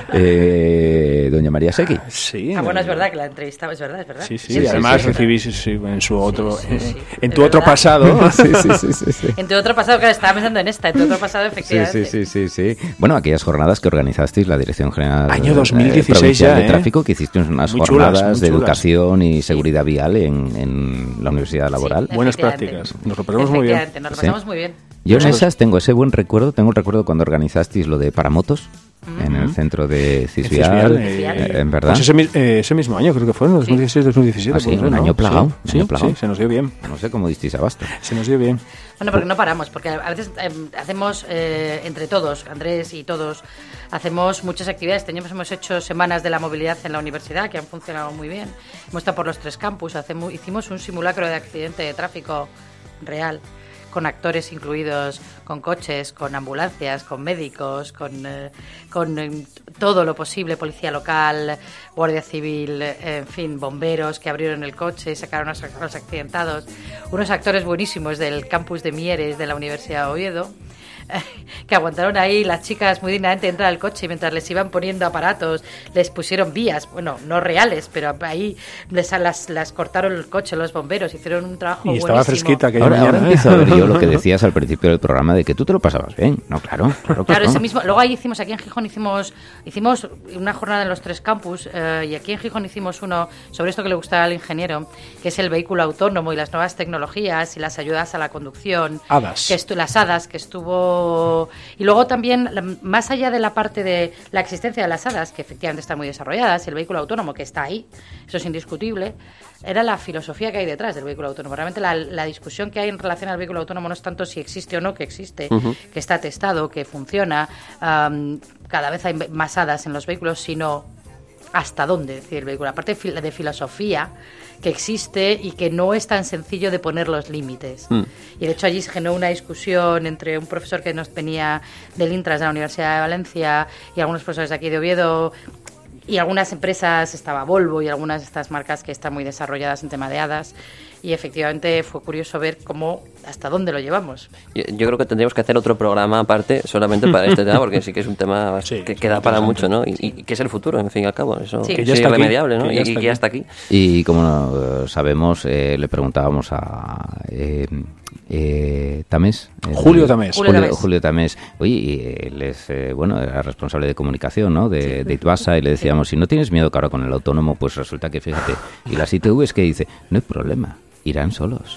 Eh, doña María Secchi. Sí. Ah, bueno, es verdad que la entrevistaba, es verdad, es verdad. Sí, sí, Sí, sí, además sí. recibís sí, en su otro, sí, sí. en Es tu otro verdad. pasado. Sí, sí, sí, sí, sí. En tu otro pasado, claro, estaba pensando en esta, en tu otro pasado, Sí, efectivamente. sí, sí, sí, sí. Bueno, aquellas jornadas que organizasteis la Dirección General Año eh, dos mil dieciséis Provincial ya, de ¿eh? Tráfico, que hicisteis unas Muy chulas, jornadas muy de chulas. educación y seguridad vial en, en la Universidad Laboral. Sí. Buenas Efectivamente. prácticas. Nos lo pasamos muy bien. Efectivamente, nos lo Sí. pasamos muy bien. Yo en Nosotros- esas tengo ese buen recuerdo, tengo el recuerdo cuando organizasteis lo de Paramotos en el centro de Cisvial, Cisvial, eh, eh, en verdad. Pues ese, mi- eh, ese mismo año, creo que fue, en dos mil dieciséis dos mil diecisiete. Ah, sí, puede ser, un ¿no? año plagado, un Sí, año sí, plagado. sí, se nos dio bien. No sé cómo disteis abasto. Se nos dio bien. Bueno, porque no paramos, porque a veces eh, hacemos eh, entre todos, Andrés y todos, hacemos muchas actividades. Teníamos, hemos hecho semanas de la movilidad en la universidad que han funcionado muy bien. Hemos estado por los tres campus, hacemos, hicimos un simulacro de accidente de tráfico real, con actores incluidos, con coches, con ambulancias, con médicos, con, eh, con eh, todo lo posible, policía local, guardia civil, eh, en fin, bomberos que abrieron el coche y sacaron a los- a los accidentados. Unos actores buenísimos del campus de Mieres de la Universidad de Oviedo, que aguantaron ahí las chicas muy dignamente entrar al coche y mientras les iban poniendo aparatos les pusieron vías, bueno, no reales, pero ahí les, las, las cortaron el coche los bomberos, hicieron un trabajo Y estaba buenísimo. fresquita que Ahora, ahora mañana, ¿eh? empiezo a ver yo lo que decías al principio del programa de que tú te lo pasabas bien. No, claro, claro, Claro, claro. ese mismo. Luego ahí hicimos, aquí en Gijón hicimos hicimos una jornada en los tres campus eh, y aquí en Gijón hicimos uno sobre esto que le gustaba al ingeniero, que es el vehículo autónomo y las nuevas tecnologías y las ayudas a la conducción. Hadas. Que estu- las hadas, que estuvo... Y luego también, la- más allá de la parte de la existencia de las hadas, que efectivamente están muy desarrolladas, y el vehículo autónomo que está ahí, eso es indiscutible, era la filosofía que hay detrás del vehículo autónomo. Realmente la, la discusión que hay en relación al vehículo autónomo no es tanto si existe o no, que existe, Ujú. que está testado, que funciona, am, cada vez hay más hadas en los vehículos, sino hasta dónde, es decir, el vehículo, aparte de fil- de filosofía que existe y que no es tan sencillo de poner los límites. Mm. Y de hecho allí se generó una discusión entre un profesor que nos venía del Intras de la Universidad de Valencia y algunos profesores de aquí de Oviedo y algunas empresas, estaba Volvo y algunas de estas marcas que están muy desarrolladas en tema de hadas, y efectivamente fue curioso ver cómo, hasta dónde lo llevamos. Yo, yo creo que tendríamos que hacer otro programa aparte solamente para este tema, porque sí que es un tema Sí, que es queda muy para interesante. mucho, ¿no? Y, y que es el futuro, en fin y al cabo. Eso Sí. Que es ya está aquí, irremediable, ¿no? que Y, ya y está que ya aquí. está aquí. Y como no, sabemos, eh, le preguntábamos a eh, eh, Tamés. el- Julio Tamés. Julio Julio, Tamés. Julio Tamés. Oye, y él es, eh, bueno, era responsable de comunicación, ¿no? De, de Itbasa, y le decíamos, si no tienes miedo que ahora con el autónomo, pues resulta que, fíjate, y las I T Vs que dice, no hay problema, irán solos.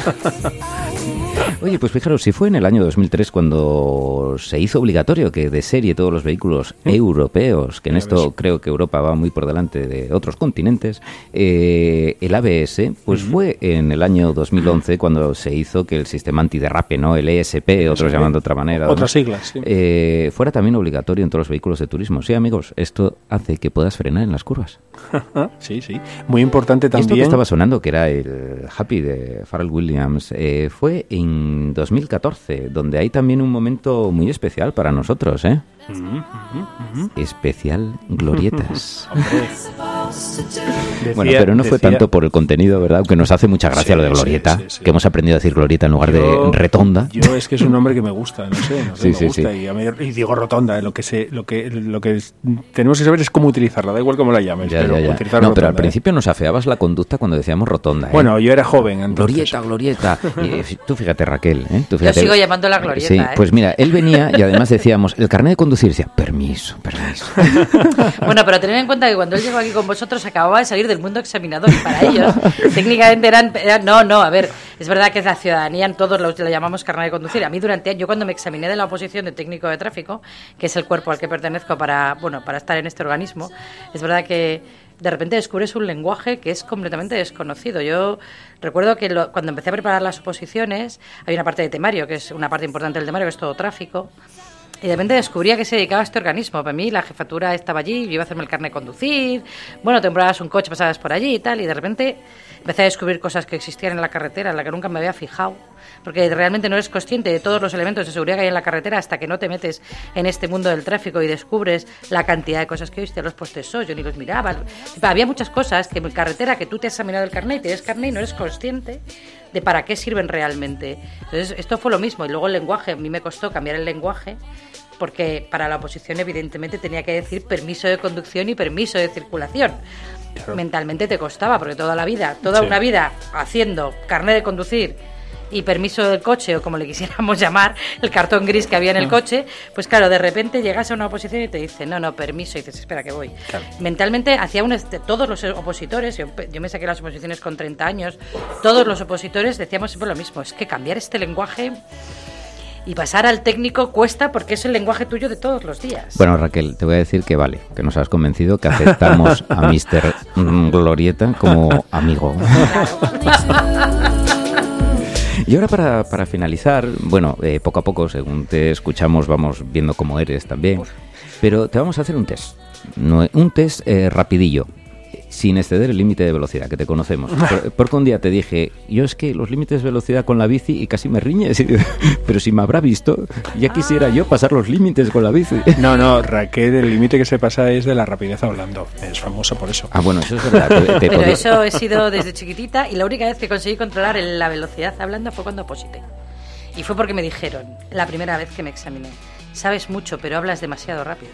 Oye, pues fijaros, si fue en el año dos mil tres cuando se hizo obligatorio que de serie todos los vehículos europeos, que en Ya esto ves. creo que Europa va muy por delante de otros continentes, eh, el A B S, pues fue en el año dos mil once cuando se hizo que el sistema antiderrape, ¿no? El E S P, otros S P. llaman de otra manera. ¿no? Otras siglas, sí. Eh, fuera también obligatorio en todos los vehículos de turismo. Sí, amigos, esto hace que puedas frenar en las curvas. Sí, sí. Muy importante Y esto que también. estaba sonando, que era el Happy de Pharrell Williams, eh, fue en dos mil catorce, donde hay también un momento muy especial para nosotros, ¿eh? Especial Glorietas. Decía- Bueno, pero no fue decía- tanto por el contenido, ¿verdad? Aunque nos hace mucha gracia Sí, lo de sí, glorieta, sí, sí. que hemos aprendido a decir glorieta en lugar Yo- de retonda. Yo es que es un nombre que me gusta, no sé, no sé, Sí, me sí, gusta sí. y, a mí- y digo rotonda, lo que se, lo que, lo que es- tenemos que saber es cómo utilizarla, da igual cómo la llames, Ya, pero ya, ya. utilizar No, pero al rotonda, ¿eh? principio nos afeabas la conducta cuando decíamos rotonda, ¿eh? Bueno, yo era joven, entonces. Glorieta, glorieta. Y, eh, tú fíjate, Raquel, ¿eh? Tú Yo fíjate. sigo llamándola glorieta, Sí, ¿eh? pues mira, él venía y además decíamos, el carnet de conducir, decía, permiso, permiso. Bueno, pero tened en cuenta que cuando él llegó aquí con vosotros acababa de salir del mundo examinador y para ellos técnicamente eran, eran- no, no, a ver, Es verdad que es la ciudadanía, todos lo, lo llamamos carnet de conducir. A mí durante años, yo cuando me examiné de la oposición de técnico de tráfico, que es el cuerpo al que pertenezco para, bueno, para estar en este organismo, es verdad que de repente descubres un lenguaje que es completamente desconocido. Yo recuerdo que lo, cuando empecé a preparar las oposiciones, hay una parte de temario, que es una parte importante del temario, que es todo tráfico, y de repente descubría que se dedicaba a este organismo. Para mí la jefatura estaba allí, yo iba a hacerme el carnet de conducir, bueno, te comprabas un coche, pasabas por allí y tal, y de repente empecé a descubrir cosas que existían en la carretera, en la que nunca me había fijado, porque realmente no eres consciente de todos los elementos de seguridad que hay en la carretera hasta que no te metes en este mundo del tráfico y descubres la cantidad de cosas que viste, los postes so, yo ni los miraba. Había muchas cosas que en carretera que tú te has examinado el carnet y tienes carnet y no eres consciente de para qué sirven realmente. Entonces, esto fue lo mismo. Y luego el lenguaje, a mí me costó cambiar el lenguaje, porque para la oposición evidentemente tenía que decir permiso de conducción y permiso de circulación. Claro. Mentalmente te costaba, porque toda la vida, toda sí. una vida haciendo carnet de conducir y permiso del coche, o como le quisiéramos llamar, el cartón gris que había en el coche, pues claro, de repente llegas a una oposición y te dicen, no, no, permiso, y dices, espera que voy. Claro. Mentalmente, hacía un este, todos los opositores, yo, yo me saqué las oposiciones con treinta años, todos los opositores decíamos siempre lo mismo, es que cambiar este lenguaje y pasar al técnico cuesta, porque es el lenguaje tuyo de todos los días. Bueno, Raquel, te voy a decir que vale, que nos has convencido, que aceptamos a mister Glorieta como amigo. Y ahora para, para finalizar, bueno, eh, poco a poco, según te escuchamos, vamos viendo cómo eres también, pero te vamos a hacer un test, no, un test eh, rapidillo, sin exceder el límite de velocidad, que te conocemos. Por, porque un día te dije, yo es que los límites de velocidad con la bici y casi me riñes, pero si me habrá visto, ya quisiera yo pasar los límites con la bici. No, no, Raquel, el límite que se pasa es de la rapidez hablando, es famosa por eso. Ah, bueno, eso es verdad. Te, te pero podría... eso he sido desde chiquitita, y la única vez que conseguí controlar la velocidad hablando fue cuando oposité. Y fue porque me dijeron, la primera vez que me examiné, sabes mucho, pero hablas demasiado rápido.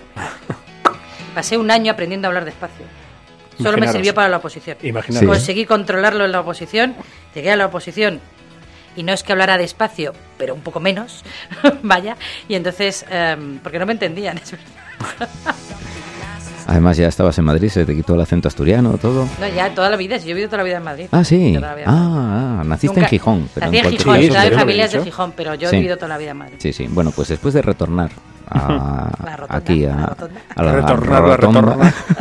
Pasé un año aprendiendo a hablar despacio. Solo Imaginaros. me sirvió para la oposición. Imaginaros. Conseguí controlarlo en la oposición, llegué a la oposición y no es que hablara despacio, pero un poco menos, vaya, y entonces, um, porque no me entendían, es verdad. Además ya estabas en Madrid, se te quitó el acento asturiano, todo. No, ya toda la vida, yo he vivido toda la vida en Madrid. Ah, sí. Ah, ah, naciste Nunca, en Gijón. Pero nací en Gijón, sí, estaba en familias de Gijón, pero yo sí. he vivido toda la vida en Madrid. Sí, sí. Bueno, pues después de retornar a, la rotonda, aquí a la rotonda. a la, retornar, la rotonda,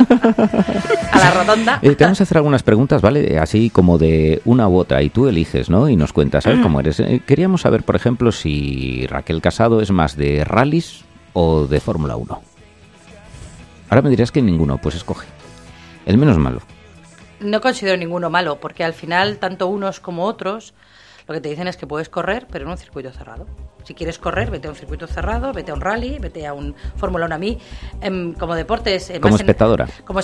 a la rotonda. Eh, te vamos a hacer algunas preguntas, ¿vale? Así como de una u otra, y tú eliges, ¿no? Y nos cuentas, ¿sabes cómo eres? Eh, queríamos saber, por ejemplo, si Raquel Casado es más de rallies o de Fórmula uno. Ahora me dirás que ninguno, pues escoge. El menos malo. No considero ninguno malo, porque al final, tanto unos como otros, lo que te dicen es que puedes correr, pero en un circuito cerrado. Si quieres correr, vete a un circuito cerrado, vete a un rally, vete a un Fórmula uno. A mí, eh, como deportes... Eh, como más espectadora. En, como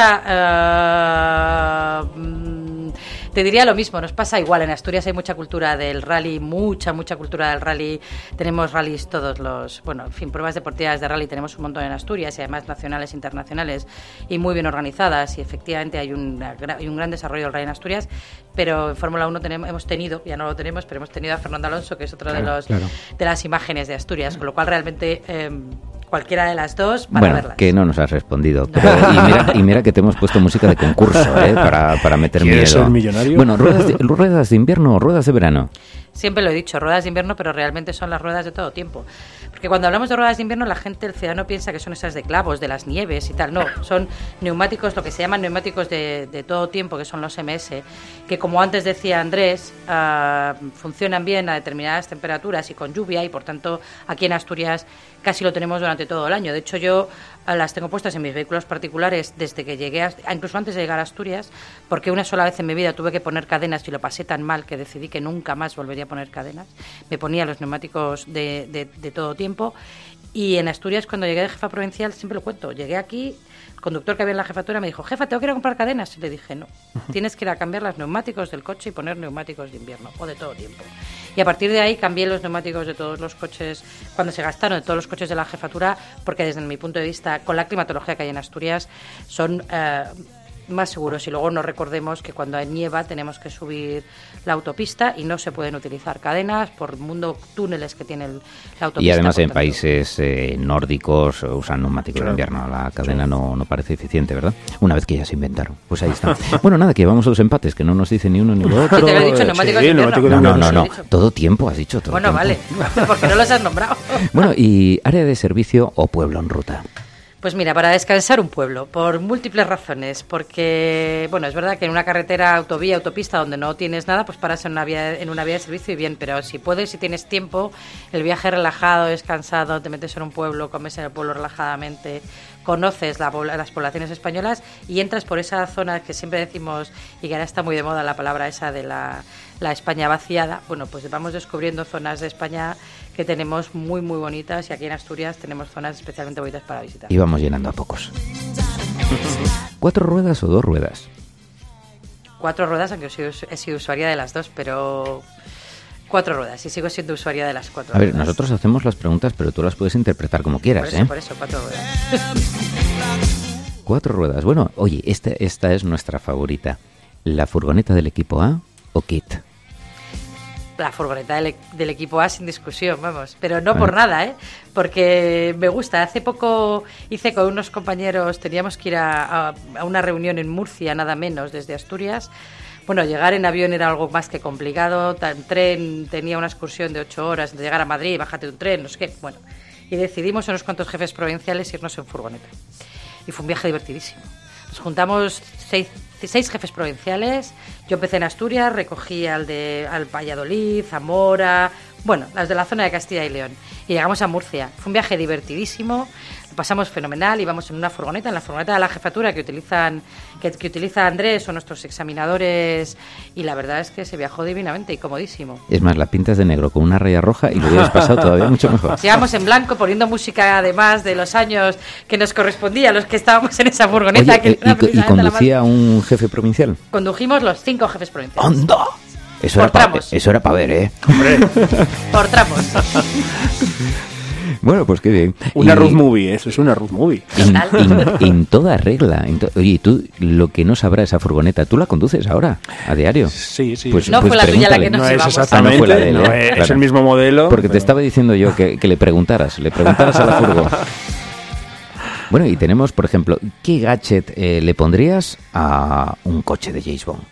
espectadora... Uh, te diría lo mismo, nos pasa igual. En Asturias hay mucha cultura del rally, mucha, mucha cultura del rally. Tenemos rallies todos los... Bueno, en fin, pruebas deportivas de rally tenemos un montón en Asturias, y además nacionales, internacionales, y muy bien organizadas. Y efectivamente hay un, hay un gran desarrollo del rally en Asturias, pero en Fórmula uno tenemos, hemos tenido, ya no lo tenemos, pero hemos tenido a Fernando Alonso, que es otro claro, de los... Claro. de las imágenes de Asturias, con lo cual realmente eh, cualquiera de las dos para bueno, verlas. Que no nos has respondido, no. Pero, y, mira, y mira que te hemos puesto música de concurso, ¿eh? para, para meter miedo. ¿Quieres ser millonario? Bueno, ruedas de, ruedas de invierno o ruedas de verano. Siempre lo he dicho, ruedas de invierno, pero realmente son las ruedas de todo tiempo. Porque cuando hablamos de ruedas de invierno, la gente, el ciudadano piensa que son esas de clavos, de las nieves y tal. No, son neumáticos, lo que se llaman neumáticos de, de todo tiempo, que son los M S, que como antes decía Andrés, uh, funcionan bien a determinadas temperaturas y con lluvia, y por tanto aquí en Asturias casi lo tenemos durante todo el año. De hecho, yo uh, las tengo puestas en mis vehículos particulares desde que llegué, a, incluso antes de llegar a Asturias, porque una sola vez en mi vida tuve que poner cadenas y lo pasé tan mal que decidí que nunca más volvería a poner cadenas. Me ponía los neumáticos de, de, de todo tiempo, y en Asturias, cuando llegué de jefa provincial, siempre lo cuento, llegué aquí, el conductor que había en la jefatura me dijo, jefa, tengo que ir a comprar cadenas, y le dije, no, tienes que ir a cambiar los neumáticos del coche y poner neumáticos de invierno o de todo tiempo. Y a partir de ahí cambié los neumáticos de todos los coches, cuando se gastaron, de todos los coches de la jefatura, porque desde mi punto de vista, con la climatología que hay en Asturias, son... Uh, más seguros. Y luego no recordemos que cuando nieva tenemos que subir la autopista y no se pueden utilizar cadenas por mundo túneles que tiene el, la autopista. Y además en países eh, nórdicos usan neumáticos de invierno. La cadena no, no parece eficiente, ¿verdad? Una vez que ya se inventaron. Pues ahí está. Bueno, nada, que vamos a los empates, que no nos dice ni uno ni lo otro. Te lo he dicho, neumáticos Sí, de invierno. No, no, no, no. Todo tiempo has dicho todo. Bueno, tiempo. vale, porque no los has nombrado. Bueno, y área de servicio o pueblo en ruta. Pues mira, para descansar un pueblo, por múltiples razones, porque, bueno, es verdad que en una carretera, autovía, autopista, donde no tienes nada, pues paras en una vía, en una vía de servicio y bien, pero si puedes, si tienes tiempo, el viaje relajado, descansado, te metes en un pueblo, comes en el pueblo relajadamente, conoces la, las poblaciones españolas y entras por esa zona que siempre decimos, y que ahora está muy de moda la palabra esa de la, la España vaciada, bueno, pues vamos descubriendo zonas de España que tenemos muy, muy bonitas, y aquí en Asturias tenemos zonas especialmente bonitas para visitar. Y vamos llenando a pocos. ¿Cuatro ruedas o dos ruedas? Cuatro ruedas, aunque he sido, he sido usuaria de las dos, pero cuatro ruedas, y sigo siendo usuaria de las cuatro A ver, ruedas. nosotros hacemos las preguntas, pero tú las puedes interpretar como quieras, Por eso, ¿eh? por eso, cuatro ruedas. Cuatro ruedas. Bueno, oye, esta, esta es nuestra favorita. ¿La furgoneta del equipo A o Kit? La furgoneta del, del equipo A sin discusión, vamos, pero no Bueno. por nada, ¿eh? Porque me gusta. Hace poco hice con unos compañeros, teníamos que ir a, a, a una reunión en Murcia, nada menos, desde Asturias. Bueno, llegar en avión era algo más que complicado, en tren tenía una excursión de ocho horas, de llegar a Madrid, bájate un tren, no sé qué, bueno. Y decidimos unos cuantos jefes provinciales irnos en furgoneta. Y fue un viaje divertidísimo. Nos juntamos seis, seis jefes provinciales. Yo empecé en Asturias, recogí al de al Valladolid, Zamora, bueno, las de la zona de Castilla y León. Y llegamos a Murcia. Fue un viaje divertidísimo, lo pasamos fenomenal. Íbamos en una furgoneta, en la furgoneta de la jefatura que utilizan que, que utiliza Andrés o nuestros examinadores. Y la verdad es que se viajó divinamente y comodísimo. Es más, la pintas de negro con una raya roja y lo hubieras pasado todavía mucho mejor. Nos íbamos en blanco poniendo música además de los años que nos correspondía a los que estábamos en esa furgoneta. Oye, que eh, era ¿y, co- y precisamente la más- conducía un jefe provincial? Condujimos los cinco jefes provinciales. ¡Anda! Eso Por era, pa- tramos. eso era para ver, ¿eh? Por tramos. Bueno, pues qué bien. Una Y- road movie, eso es una road movie. En, en- en toda regla. En to- Oye, tú lo que no sabrá esa furgoneta, ¿tú la conduces ahora, a diario? Sí, sí. Pues, No pues fue la tuya la pregúntale. que nos No es llevamos. exactamente, Ah, no fue la de él, no ¿eh? es Claro. el mismo modelo. Porque te pero- estaba diciendo yo que, que le preguntaras, le preguntaras a la furgo. Bueno, y tenemos, por ejemplo, ¿qué gadget eh, le pondrías a un coche de James Bond?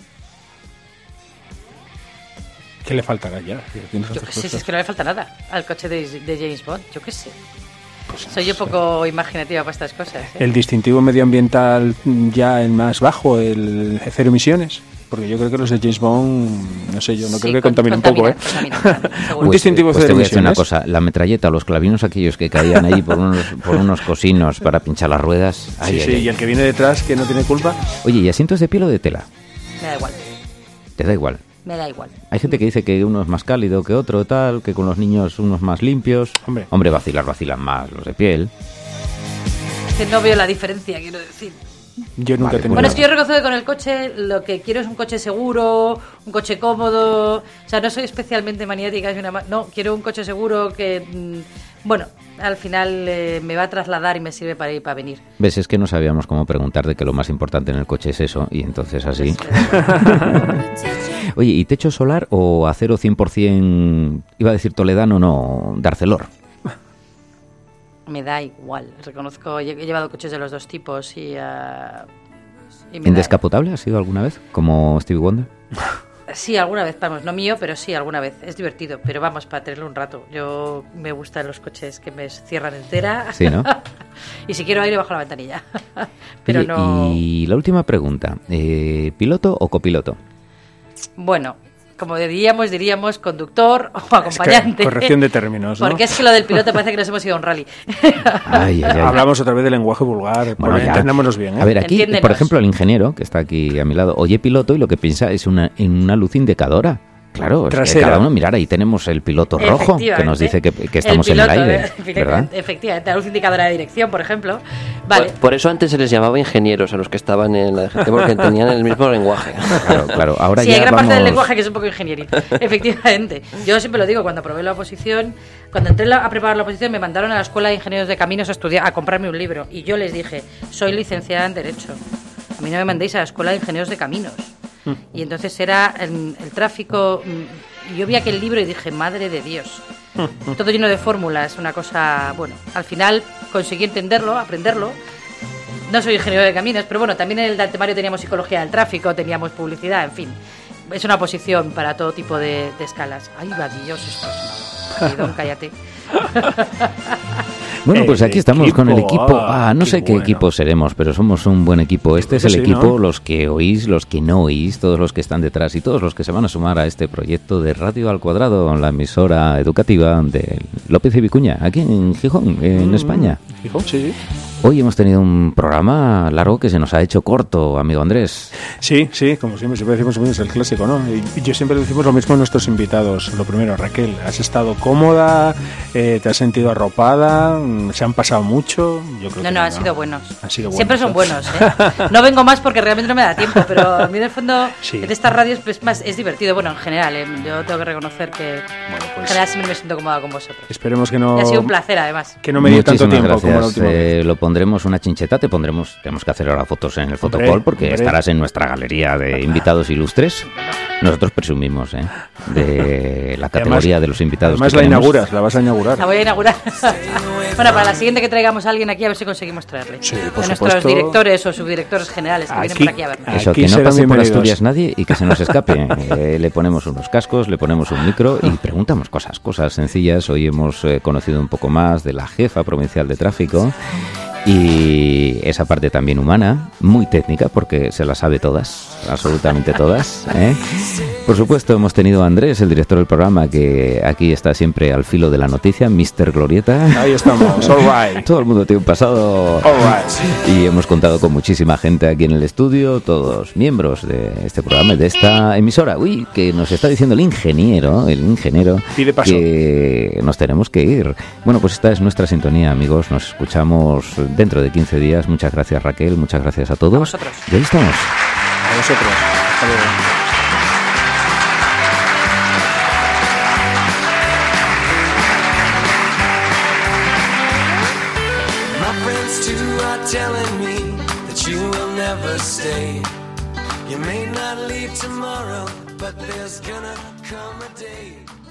¿Qué le faltará ya? Si tienes Yo otras qué sé, si cosas. es que no le falta nada al coche de, de James Bond. Yo qué sé. Soy yo poco imaginativa para estas cosas. ¿eh? El distintivo medioambiental ya el más bajo, el cero emisiones. Porque yo creo que los de James Bond, no sé, yo no Sí, creo que con- contaminan un poco, ¿eh? contaminan, contaminan, seguro. Un distintivo pues te cero voy a decir una emisiones. cosa, la metralleta, los clavinos aquellos que caían ahí por unos, por unos cosinos para pinchar las ruedas. Ay, Sí, ay, sí, ay. y el que viene detrás, que no tiene culpa. Oye, ¿y asientos de piel o de tela? Me da igual. Te da igual. Me da igual. Hay gente que dice que uno es más cálido que otro, tal, que con los niños unos más limpios. Hombre. Hombre, vacilar, vacilan más los de piel. Que no veo la diferencia, quiero decir. Yo nunca Vale, he tenido. Bueno, es que yo reconozco que con el coche lo que quiero es un coche seguro, un coche cómodo. O sea, no soy especialmente maniática. de una ma- no, quiero un coche seguro que, mm, bueno, al final eh, me va a trasladar y me sirve para ir para venir. ¿Ves? Es que no sabíamos cómo preguntar de que lo más importante en el coche es eso, y entonces así. Oye, ¿y techo solar o acero cien por ciento, iba a decir toledano, no, de Arcelor? Me da igual. Reconozco, he he llevado coches de los dos tipos y... ah, y me ¿En da- descapotable has sido alguna vez? ¿Como Stevie Wonder? Sí, alguna vez, vamos, no mío, pero sí, alguna vez. Es divertido, pero vamos, para tenerlo un rato. Yo me gustan los coches que me cierran entera. Sí, ¿no? Y si quiero aire, bajo la ventanilla. Pero Oye, no... Y la última pregunta, eh, ¿piloto o copiloto? Bueno, como diríamos, diríamos conductor o acompañante. corrección de términos, ¿no? Porque es que lo del piloto parece que nos hemos ido a un rally. Ay, ay, ay. Hablamos otra vez de lenguaje vulgar. Bueno, Bueno, ya. entendámonos bien, ¿eh? A ver, aquí, Entiéndenos. por ejemplo, el ingeniero, que está aquí a mi lado, oye piloto y lo que piensa es una, en una luz indicadora. Claro, es que Trasera. cada uno, mirar, ahí tenemos el piloto rojo que nos dice que, que estamos El en el piloto, aire, eh, ¿verdad? Efectivamente, la luz indicadora de dirección, por ejemplo. Vale. Por, por eso antes se les llamaba ingenieros a los que estaban en la D G T, porque tenían el mismo lenguaje. Claro, claro. Ahora Sí, ya hay gran vamos... parte del lenguaje que es un poco ingenieril. Efectivamente. Yo siempre lo digo, cuando probé la oposición, cuando entré la- a preparar la oposición, me mandaron a la Escuela de Ingenieros de Caminos a estudiar, a comprarme un libro. Y yo les dije, soy licenciada en Derecho. a mí no me mandéis a la Escuela de Ingenieros de Caminos. Y entonces era el, el tráfico, y yo vi aquel libro y dije, madre de Dios, todo lleno de fórmulas, una cosa, bueno, al final conseguí entenderlo, aprenderlo. No soy ingeniero de caminos, pero bueno, también en el temario teníamos psicología del tráfico, teníamos publicidad, en fin. Es una posición para todo tipo de, de escalas. Ay, va Dios, esto es una... Perdón, cállate. Bueno, pues aquí estamos equipo, con el equipo. Ah, no qué sé qué bueno. equipo seremos, pero somos un buen equipo. Este es el Sí, equipo, ¿no? los que oís, los que no oís, todos los que están detrás y todos los que se van a sumar a este proyecto de Radio al Cuadrado, la emisora educativa de López y Vicuña, aquí en Gijón, en Mm, España. Gijón, sí. Hoy hemos tenido un programa largo que se nos ha hecho corto, amigo Andrés. Sí, sí, como siempre, siempre decimos es el clásico, ¿no? Y yo siempre decimos lo mismo a nuestros invitados. Lo primero, Raquel, ¿has estado cómoda? Eh, ¿Te has sentido arropada? ¿Se han pasado mucho? Yo creo No, que no, han sido buenos. Han sido Siempre son buenos, buenos, ¿eh? No vengo más porque realmente no me da tiempo, pero a mí en el fondo Sí. en estas radios pues, más, es divertido. Bueno, en general, ¿eh? Yo tengo que reconocer que Bueno, en pues general siempre me siento cómoda con vosotros. esperemos que no... Y ha sido un placer, además. Que no me dio tanto Muchísimas tiempo como la gracias. última vez. Eh, lo pondremos una chincheta, te pondremos, tenemos que hacer ahora fotos en el fotocall porque hombre. estarás en nuestra galería de invitados ilustres. Nosotros presumimos ¿eh? de la categoría Además- de los invitados. Además que la tenemos. inauguras, la vas a inaugurar. La voy a inaugurar. Bueno, para la siguiente que traigamos a alguien aquí, a ver si conseguimos traerle. Sí, por de nuestros supuesto. directores o subdirectores generales que vienen Aquí- por aquí a vernos. Eso, Aquí que no serán pase por bienvenidos. Asturias nadie y que se nos escape. Eh, le ponemos unos cascos, le ponemos un micro y preguntamos cosas, cosas sencillas. Hoy hemos eh, conocido un poco más de la jefa provincial de tráfico y esa parte también humana, muy técnica porque se la sabe todas, absolutamente todas. ¿eh? Por supuesto hemos tenido a Andrés, el director del programa, que aquí está siempre al filo de la noticia, mister Glorieta. Ahí estamos, all right. Todo el mundo tiene un pasado. All right. Y hemos contado con muchísima gente aquí en el estudio, todos miembros de este programa, de esta emisora. Uy, que nos está diciendo el ingeniero, el ingeniero, Pide paso. que nos tenemos que ir. Bueno, pues esta es nuestra sintonía, amigos. Nos escuchamos dentro de quince días. Muchas gracias, Raquel. Muchas gracias a todos. A vosotros. Y ahí estamos. A vosotros. Hasta luego. My friends too are telling me that you will never stay. You may not leave tomorrow, but there's gonna come a day.